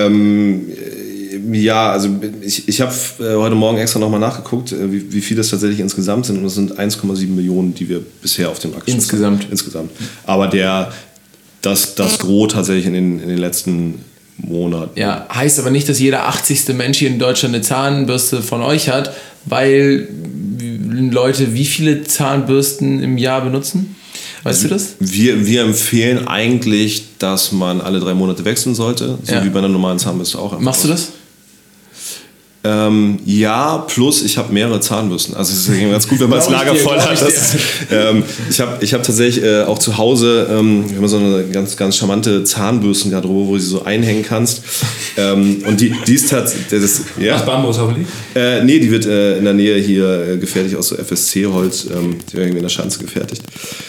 Ja, also ich habe heute Morgen extra nochmal nachgeguckt, wie viel das tatsächlich insgesamt sind. Und das sind 1,7 Millionen, die wir bisher auf dem Markt haben. Insgesamt. Aber das Gros tatsächlich in den letzten Monaten. Ja, heißt aber nicht, dass jeder 80. Mensch hier in Deutschland eine Zahnbürste von euch hat, weil Leute wie viele Zahnbürsten im Jahr benutzen? Weißt du das? Wir empfehlen eigentlich, dass man alle 3 Monate wechseln sollte, so wie bei einer normalen Zahnbürste auch. Machst du das? Ja, plus ich habe mehrere Zahnbürsten. Also es ist ganz gut, wenn man das Lager voll hat. Ich hab tatsächlich auch zu Hause immer so eine ganz, ganz charmante Zahnbürstengarderobe, wo du sie so einhängen kannst. Und die ist tatsächlich... Aus Bambus hoffentlich? Nee, die wird in der Nähe hier gefertigt aus so FSC-Holz. Die wird irgendwie in der Schanze gefertigt.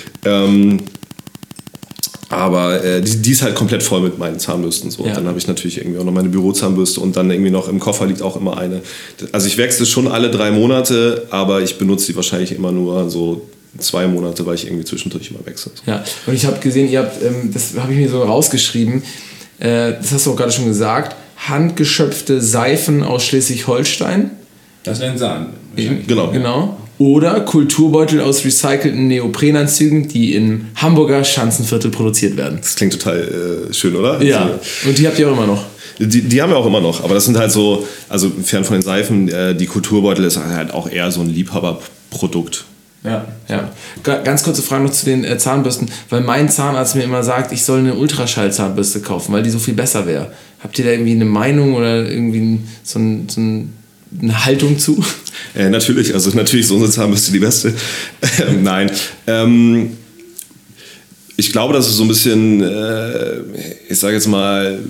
Aber die ist halt komplett voll mit meinen Zahnbürsten. So. Ja. Dann habe ich natürlich irgendwie auch noch meine Bürozahnbürste und dann irgendwie noch im Koffer liegt auch immer eine. Also ich wechsle schon alle 3 Monate, aber ich benutze die wahrscheinlich immer nur so 2 Monate, weil ich irgendwie zwischendurch immer wechsle. Ja, und ich habe gesehen, ihr habt, das habe ich mir so rausgeschrieben, das hast du auch gerade schon gesagt, handgeschöpfte Seifen aus Schleswig-Holstein. Das wären Sahnen. Genau. Oder Kulturbeutel aus recycelten Neoprenanzügen, die im Hamburger Schanzenviertel produziert werden. Das klingt total schön, oder? Ja, und die habt ihr auch immer noch? Die haben wir auch immer noch, aber das sind halt so, also fern von den Seifen, die Kulturbeutel ist halt auch eher so ein Liebhaberprodukt. Ja. Ganz kurze Frage noch zu den Zahnbürsten, weil mein Zahnarzt mir immer sagt, ich soll eine Ultraschall-Zahnbürste kaufen, weil die so viel besser wäre. Habt ihr da irgendwie eine Meinung oder irgendwie eine Haltung zu? Natürlich ist unsere Zahnbürste die beste. Nein. Ich glaube, dass es so ein bisschen, ich sage jetzt mal,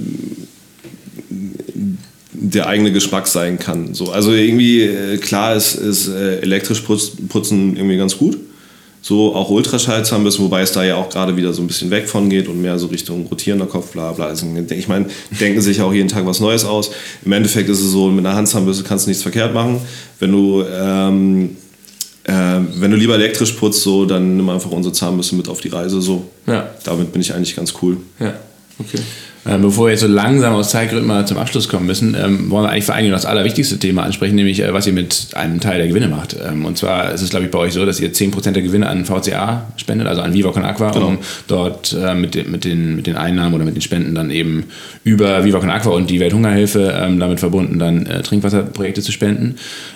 der eigene Geschmack sein kann. So, also irgendwie, klar ist elektrisch putzen irgendwie ganz gut. So auch Ultraschallzahnbürsten, wobei es da ja auch gerade wieder so ein bisschen weg von geht und mehr so Richtung rotierender Kopf, bla bla. Also ich meine, denken sich auch jeden Tag was Neues aus. Im Endeffekt ist es so, mit einer Handzahnbürste kannst du nichts verkehrt machen. Wenn du lieber elektrisch putzt, so, dann nimm einfach unsere Zahnbürste mit auf die Reise. So. Ja. Damit bin ich eigentlich ganz cool. Ja, okay. Bevor wir jetzt so langsam aus Zeitgründen mal zum Abschluss kommen müssen, wollen wir eigentlich vor allem das allerwichtigste Thema ansprechen, nämlich was ihr mit einem Teil der Gewinne macht. Und zwar ist es, glaube ich, bei euch so, dass ihr 10% der Gewinne an VCA spendet, also an Viva Con Aqua, genau, um dort mit den Einnahmen oder mit den Spenden dann eben über Viva Con Aqua und die Welthungerhilfe damit verbunden dann Trinkwasserprojekte zu spenden.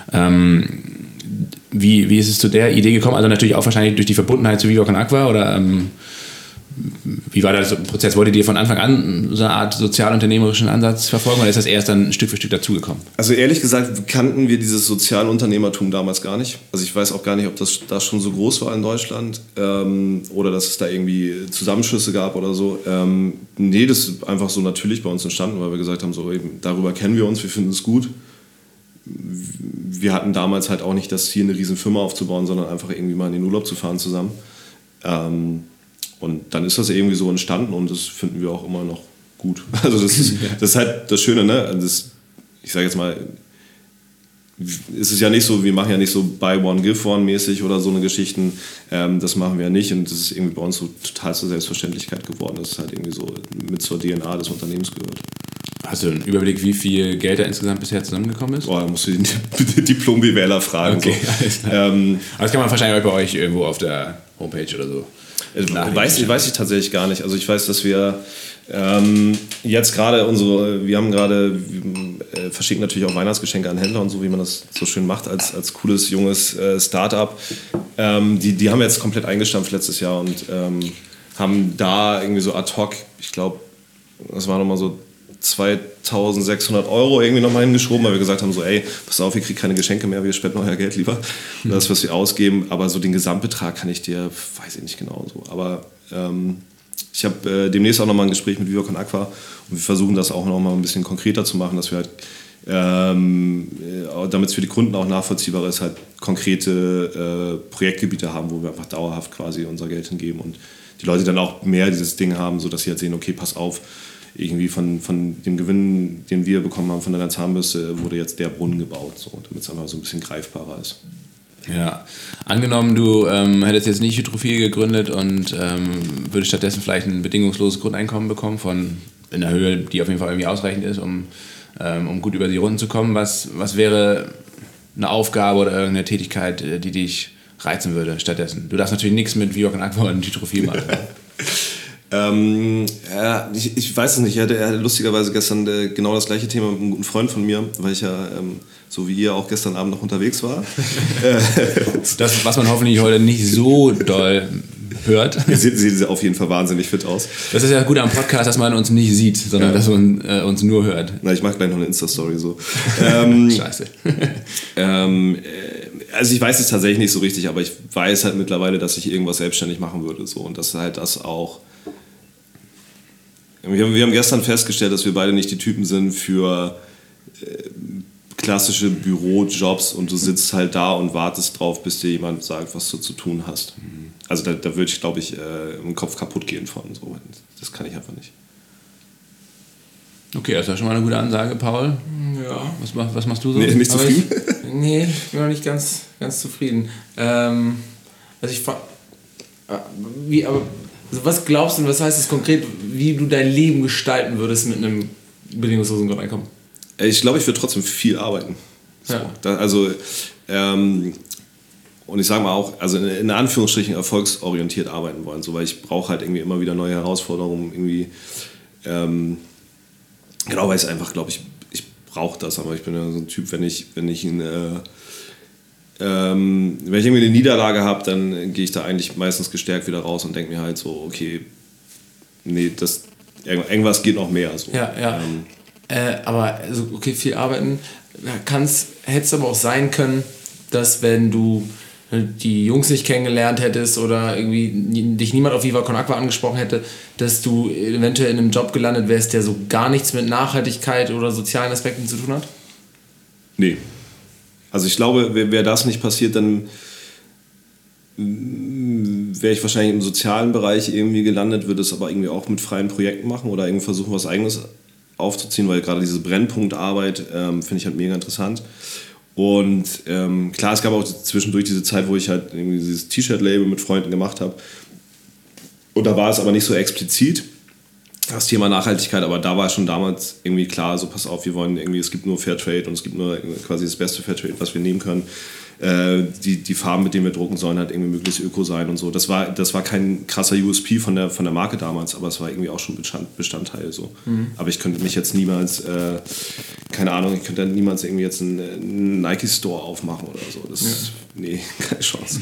Wie ist es zu der Idee gekommen? Also natürlich auch wahrscheinlich durch die Verbundenheit zu Viva Con Aqua oder... Wie war der Prozess? Wolltet ihr von Anfang an so eine Art sozialunternehmerischen Ansatz verfolgen oder ist das erst dann Stück für Stück dazugekommen? Also ehrlich gesagt kannten wir dieses Sozialunternehmertum damals gar nicht. Also ich weiß auch gar nicht, ob das da schon so groß war in Deutschland oder dass es da irgendwie Zusammenschlüsse gab oder so. Nee, das ist einfach so natürlich bei uns entstanden, weil wir gesagt haben, so eben, darüber kennen wir uns, wir finden es gut. Wir hatten damals halt auch nicht das Ziel, eine riesen Firma aufzubauen, sondern einfach irgendwie mal in den Urlaub zu fahren zusammen. Und dann ist das irgendwie so entstanden und das finden wir auch immer noch gut. Also das ist halt das Schöne, ne? Ich sage jetzt mal, es ist ja nicht so, wir machen ja nicht so Buy One, Give One mäßig oder so eine Geschichten. Das machen wir ja nicht und das ist irgendwie bei uns so total zur Selbstverständlichkeit geworden, dass es halt irgendwie so mit zur DNA des Unternehmens gehört. Hast du einen Überblick, wie viel Geld da insgesamt bisher zusammengekommen ist? Boah, da musst du den Diplom-BWLer fragen. Okay, so. alles klar. Aber das kann man wahrscheinlich bei euch irgendwo auf der Homepage oder so. Weiß ich tatsächlich gar nicht. Also ich weiß, dass wir jetzt gerade verschicken natürlich auch Weihnachtsgeschenke an Händler und so, wie man das so schön macht als cooles, junges Startup. Die haben wir jetzt komplett eingestampft letztes Jahr und haben da irgendwie so ad hoc, ich glaube, das war nochmal so 2.600 € irgendwie nochmal hingeschoben, weil wir gesagt haben so, ey, pass auf, ihr kriegt keine Geschenke mehr, wir spenden euer Geld lieber. Das, was wir ausgeben, aber so den Gesamtbetrag kann ich dir, weiß ich nicht genau so, aber ich habe demnächst auch nochmal ein Gespräch mit Viva Con Aqua und wir versuchen das auch nochmal ein bisschen konkreter zu machen, dass wir halt, damit es für die Kunden auch nachvollziehbar ist, halt konkrete Projektgebiete haben, wo wir einfach dauerhaft quasi unser Geld hingeben und die Leute dann auch mehr dieses Ding haben, sodass sie halt sehen, okay, pass auf, irgendwie von dem Gewinn, den wir bekommen haben von deiner Zahnbürste, wurde jetzt der Brunnen gebaut, so, damit es einfach so ein bisschen greifbarer ist. Ja, angenommen, du hättest jetzt nicht Hydrophil gegründet und würdest stattdessen vielleicht ein bedingungsloses Grundeinkommen bekommen von in einer Höhe, die auf jeden Fall irgendwie ausreichend ist, um gut über die Runden zu kommen. Was wäre eine Aufgabe oder irgendeine Tätigkeit, die dich reizen würde stattdessen? Du darfst natürlich nichts mit Viva Con Aqua und Hydrophil machen. Ich weiß es nicht. Er hatte lustigerweise gestern genau das gleiche Thema mit einem guten Freund von mir, weil ich ja, so wie ihr, auch gestern Abend noch unterwegs war. Das, was man hoffentlich heute nicht so doll hört. Ihr seht auf jeden Fall wahnsinnig fit aus. Das ist ja gut am Podcast, dass man uns nicht sieht, sondern dass man uns nur hört. Na, ich mache gleich noch eine Insta-Story so. Scheiße. Also ich weiß es tatsächlich nicht so richtig, aber ich weiß halt mittlerweile, dass ich irgendwas selbstständig machen würde. So. Und dass halt das auch... Wir haben gestern festgestellt, dass wir beide nicht die Typen sind für klassische Bürojobs und du sitzt halt da und wartest drauf, bis dir jemand sagt, was du zu tun hast. Also da würde ich, glaube ich, im Kopf kaputt gehen von. So. Das kann ich einfach nicht. Okay, das war schon mal eine gute Ansage, Paul. Ja. Was machst du so? Nee, nicht zufrieden? Nee, ich bin noch nicht ganz zufrieden. Was glaubst du, was heißt das konkret, wie du dein Leben gestalten würdest mit einem bedingungslosen Grundeinkommen? Ich glaube, ich würde trotzdem viel arbeiten. So. Ja. Und ich sage mal auch, also in Anführungsstrichen erfolgsorientiert arbeiten wollen, so, weil ich brauche halt irgendwie immer wieder neue Herausforderungen, irgendwie, genau, weil ich einfach glaube, ich brauche das, aber ich bin ja so ein Typ, wenn ich irgendwie eine Niederlage habe, dann gehe ich da eigentlich meistens gestärkt wieder raus und denke mir halt so, okay, nee, irgendwas geht noch mehr. So. Ja. Aber also, okay, viel arbeiten. Hätte es aber auch sein können, dass wenn du die Jungs nicht kennengelernt hättest oder irgendwie dich niemand auf Viva Con Aqua angesprochen hätte, dass du eventuell in einem Job gelandet wärst, der so gar nichts mit Nachhaltigkeit oder sozialen Aspekten zu tun hat? Nee. Also ich glaube, wäre das nicht passiert, dann wäre ich wahrscheinlich im sozialen Bereich irgendwie gelandet, würde es aber irgendwie auch mit freien Projekten machen oder irgendwie versuchen, was Eigenes aufzuziehen, weil gerade diese Brennpunktarbeit finde ich halt mega interessant. Und klar, es gab auch zwischendurch diese Zeit, wo ich halt irgendwie dieses T-Shirt-Label mit Freunden gemacht habe. Und da war es aber nicht so explizit, das Thema Nachhaltigkeit, aber da war schon damals irgendwie klar, so pass auf, wir wollen irgendwie, es gibt nur Fairtrade und es gibt nur quasi das beste Fairtrade, was wir nehmen können. Die Farben, mit denen wir drucken, sollen halt irgendwie möglichst öko sein und so. Das war kein krasser USP von der Marke damals, aber es war irgendwie auch schon Bestandteil so. Aber ich könnte mich jetzt niemals, keine Ahnung, ich könnte niemals irgendwie jetzt einen Nike-Store aufmachen oder so. Nee, keine Chance.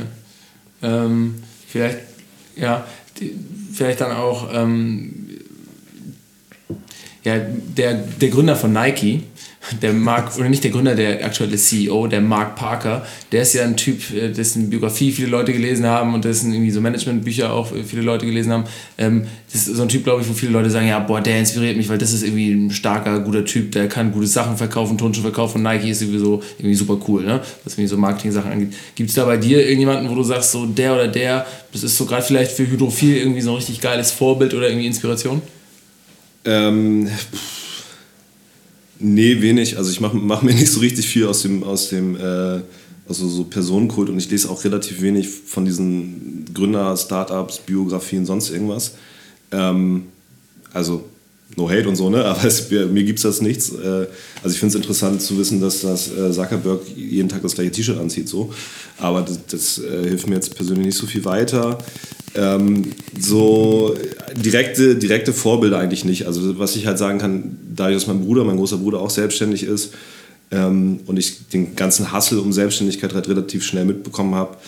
Vielleicht dann auch der Gründer von Nike, der Mark, oder nicht der Gründer, der aktuelle CEO, der Mark Parker, der ist ja ein Typ, dessen Biografie viele Leute gelesen haben und dessen irgendwie so Managementbücher auch viele Leute gelesen haben. Das ist so ein Typ, glaube ich, wo viele Leute sagen, ja, boah, der inspiriert mich, weil das ist irgendwie ein starker, guter Typ, der kann gute Sachen verkaufen, Turnschuhe verkaufen und Nike ist irgendwie super cool, ne? Was irgendwie so Marketing-Sachen angeht. Gibt es da bei dir irgendjemanden, wo du sagst, so der oder der, das ist so gerade vielleicht für Hydrophil irgendwie so ein richtig geiles Vorbild oder irgendwie Inspiration? Nee, wenig. Also ich mach mir nicht so richtig viel aus dem so Personenkult und ich lese auch relativ wenig von diesen Gründer, Startups, Biografien, sonst irgendwas. Also no hate und so, ne? Aber mir gibt es das nichts. Also ich finde es interessant zu wissen, dass das Zuckerberg jeden Tag das gleiche T-Shirt anzieht, so. Aber das hilft mir jetzt persönlich nicht so viel weiter. So direkte Vorbilder eigentlich nicht. Also was ich halt sagen kann, dadurch, dass mein großer Bruder auch selbstständig ist und ich den ganzen Hustle um Selbstständigkeit halt relativ schnell mitbekommen habe,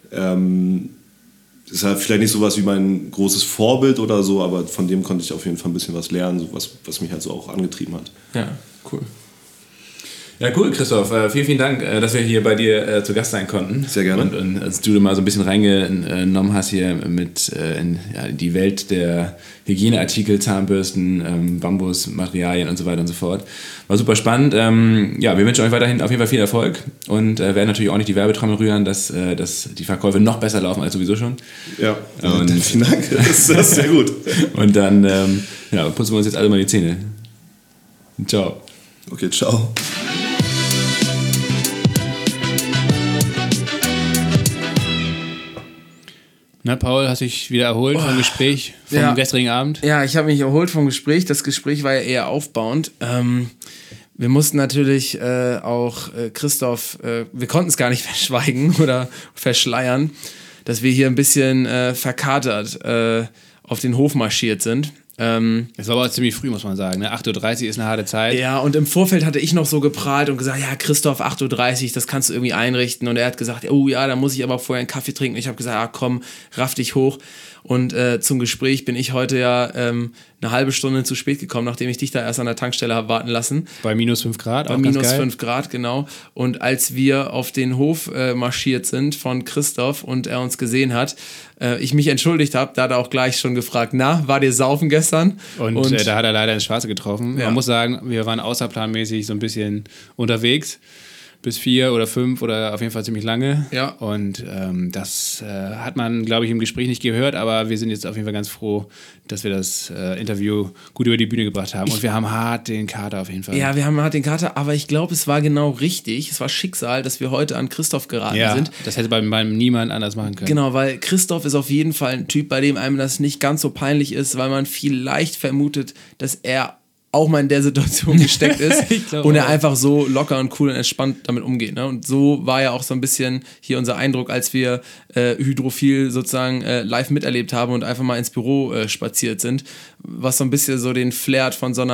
ist halt vielleicht nicht sowas wie mein großes Vorbild oder so, aber von dem konnte ich auf jeden Fall ein bisschen was lernen, so was mich halt so auch angetrieben hat. Ja, cool. Ja, cool, Christoph. Vielen, vielen Dank, dass wir hier bei dir zu Gast sein konnten. Sehr gerne. Und als du mal so ein bisschen reingenommen hast hier mit in die Welt der Hygieneartikel, Zahnbürsten, Bambusmaterialien und so weiter und so fort. War super spannend. Wir wünschen euch weiterhin auf jeden Fall viel Erfolg und werden natürlich auch nicht die Werbetrommel rühren, dass die Verkäufe noch besser laufen als sowieso schon. Ja, und vielen Dank. Das ist sehr gut. Und dann putzen wir uns jetzt alle mal die Zähne. Ciao. Okay, ciao. Na, Paul, hast du dich wieder erholt vom Gespräch vom gestrigen Abend? Ja, ich habe mich erholt vom Gespräch. Das Gespräch war ja eher aufbauend. Wir mussten natürlich auch Christoph, wir konnten es gar nicht verschweigen oder verschleiern, dass wir hier ein bisschen verkatert auf den Hof marschiert sind. Es war aber ziemlich früh, muss man sagen. Ne? 8.30 Uhr ist eine harte Zeit. Ja, und im Vorfeld hatte ich noch so geprahlt und gesagt, ja, Christoph, 8.30 Uhr, das kannst du irgendwie einrichten. Und er hat gesagt, oh ja, da muss ich aber vorher einen Kaffee trinken. Ich habe gesagt, ja, komm, raff dich hoch. Und zum Gespräch bin ich heute ja eine halbe Stunde zu spät gekommen, nachdem ich dich da erst an der Tankstelle habe warten lassen. Bei minus 5 Grad, auch ganz geil. Bei minus 5 Grad, genau. Und als wir auf den Hof marschiert sind von Christoph und er uns gesehen hat, ich mich entschuldigt habe, da hat er auch gleich schon gefragt, na, war dir saufen gestern? Und da hat er leider ins Schwarze getroffen. Ja. Man muss sagen, wir waren außerplanmäßig so ein bisschen unterwegs. Bis 4 oder 5 oder auf jeden Fall ziemlich lange. Ja. Und das hat man, glaube ich, im Gespräch nicht gehört, aber wir sind jetzt auf jeden Fall ganz froh, dass wir das Interview gut über die Bühne gebracht haben. Und wir haben hart den Kater auf jeden Fall. Ja, wir haben hart den Kater, aber ich glaube, es war genau richtig. Es war Schicksal, dass wir heute an Christoph geraten sind. Das hätte beim niemand anders machen können. Genau, weil Christoph ist auf jeden Fall ein Typ, bei dem einem das nicht ganz so peinlich ist, weil man vielleicht vermutet, dass er auch mal in der Situation gesteckt ist und er einfach so locker und cool und entspannt damit umgeht. Ne? Und so war ja auch so ein bisschen hier unser Eindruck, als wir Hydrophil sozusagen live miterlebt haben und einfach mal ins Büro spaziert sind, was so ein bisschen so den Flair von so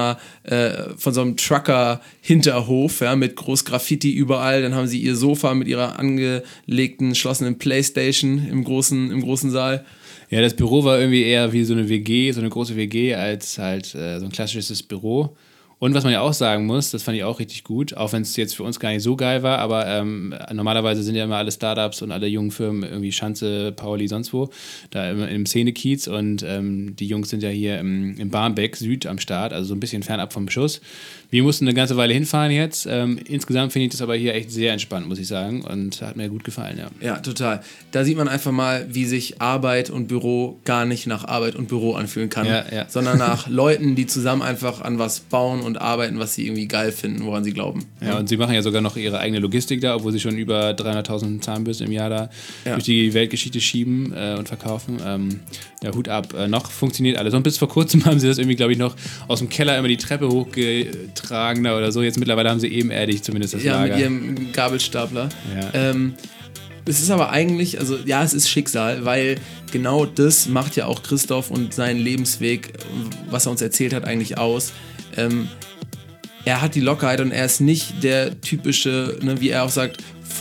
einem Trucker-Hinterhof, ja, mit groß Graffiti überall. Dann haben sie ihr Sofa mit ihrer angelegten, geschlossenen Playstation im großen Saal. Ja, das Büro war irgendwie eher wie so eine WG, so eine große WG, als halt so ein klassisches Büro. Und was man ja auch sagen muss, das fand ich auch richtig gut, auch wenn es jetzt für uns gar nicht so geil war, aber normalerweise sind ja immer alle Startups und alle jungen Firmen irgendwie Schanze, Pauli, sonst wo, da im Szenekiez und die Jungs sind ja hier im Barmbek Süd am Start, also so ein bisschen fernab vom Schuss. Wir mussten eine ganze Weile hinfahren jetzt. Insgesamt finde ich das aber hier echt sehr entspannt, muss ich sagen. Und hat mir gut gefallen, ja. Ja, total. Da sieht man einfach mal, wie sich Arbeit und Büro gar nicht nach Arbeit und Büro anfühlen kann, sondern nach Leuten, die zusammen einfach an was bauen und arbeiten, was sie irgendwie geil finden, woran sie glauben. Ja, und sie machen ja sogar noch ihre eigene Logistik da, obwohl sie schon über 300.000 Zahnbürsten im Jahr da durch die Weltgeschichte schieben und verkaufen. Hut ab. Noch funktioniert alles. Und bis vor kurzem haben sie das irgendwie, glaube ich, noch aus dem Keller immer die Treppe hochgetragen da oder so. Jetzt mittlerweile haben sie ebenerdig zumindest das Lager. Ja, mit ihrem Gabelstapler. Ja. Es ist aber eigentlich, also ja, es ist Schicksal, weil genau das macht ja auch Christoph und seinen Lebensweg, was er uns erzählt hat, eigentlich aus. Er hat die Lockerheit und er ist nicht der typische, wie er auch sagt,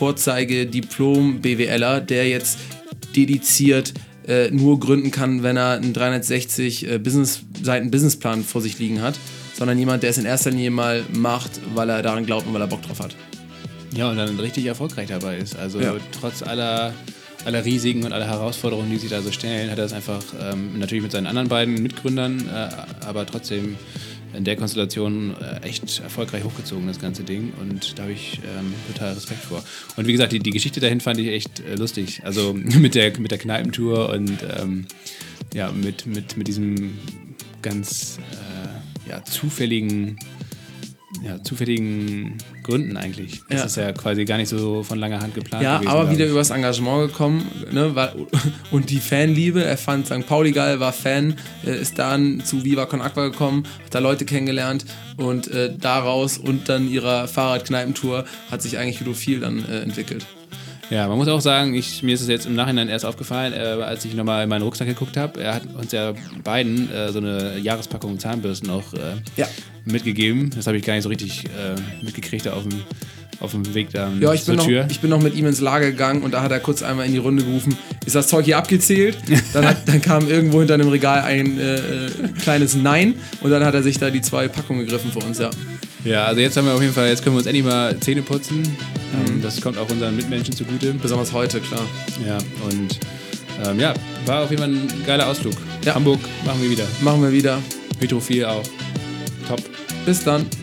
Vorzeige-Diplom-BWLer, der jetzt dediziert nur gründen kann, wenn er einen 360 Seiten Businessplan vor sich liegen hat, sondern jemand, der es in erster Linie mal macht, weil er daran glaubt und weil er Bock drauf hat. Ja, und dann richtig erfolgreich dabei ist. Also trotz aller Risiken und aller Herausforderungen, die sich da so stellen, hat er es einfach natürlich mit seinen anderen beiden Mitgründern, aber trotzdem in der Konstellation echt erfolgreich hochgezogen, das ganze Ding. Und da habe ich total Respekt vor. Und wie gesagt, die Geschichte dahin fand ich echt lustig. Also mit der Kneipentour und mit diesem ganz zufälligen gründen eigentlich. Das Ja. ist ja quasi gar nicht so von langer Hand geplant Ja, gewesen. aber glaub wieder ich. übers Engagement gekommen, ne, und die Fanliebe. Er fand St. Pauli geil, war Fan, ist dann zu Viva Con Aqua gekommen, hat da Leute kennengelernt und daraus und dann ihrer Fahrradkneipentour hat sich eigentlich Hydrophil dann entwickelt. Ja, man muss auch sagen, mir ist es jetzt im Nachhinein erst aufgefallen, als ich nochmal in meinen Rucksack geguckt habe, er hat uns ja beiden so eine Jahrespackung Zahnbürsten auch mitgegeben. Das habe ich gar nicht so richtig mitgekriegt da auf dem Weg da Ja, ich zur Tür. bin noch mit ihm ins Lager gegangen und da hat er kurz einmal in die Runde gerufen, ist das Zeug hier abgezählt? Dann kam irgendwo hinter einem Regal ein kleines Nein und dann hat er sich da die 2 Packungen gegriffen für uns, ja. Ja, also jetzt können wir uns endlich mal Zähne putzen. Das kommt auch unseren Mitmenschen zugute. Besonders heute, klar. Ja, und war auf jeden Fall ein geiler Ausflug. Ja. Hamburg machen wir wieder. Machen wir wieder. Hydrophil auch. Top. Bis dann.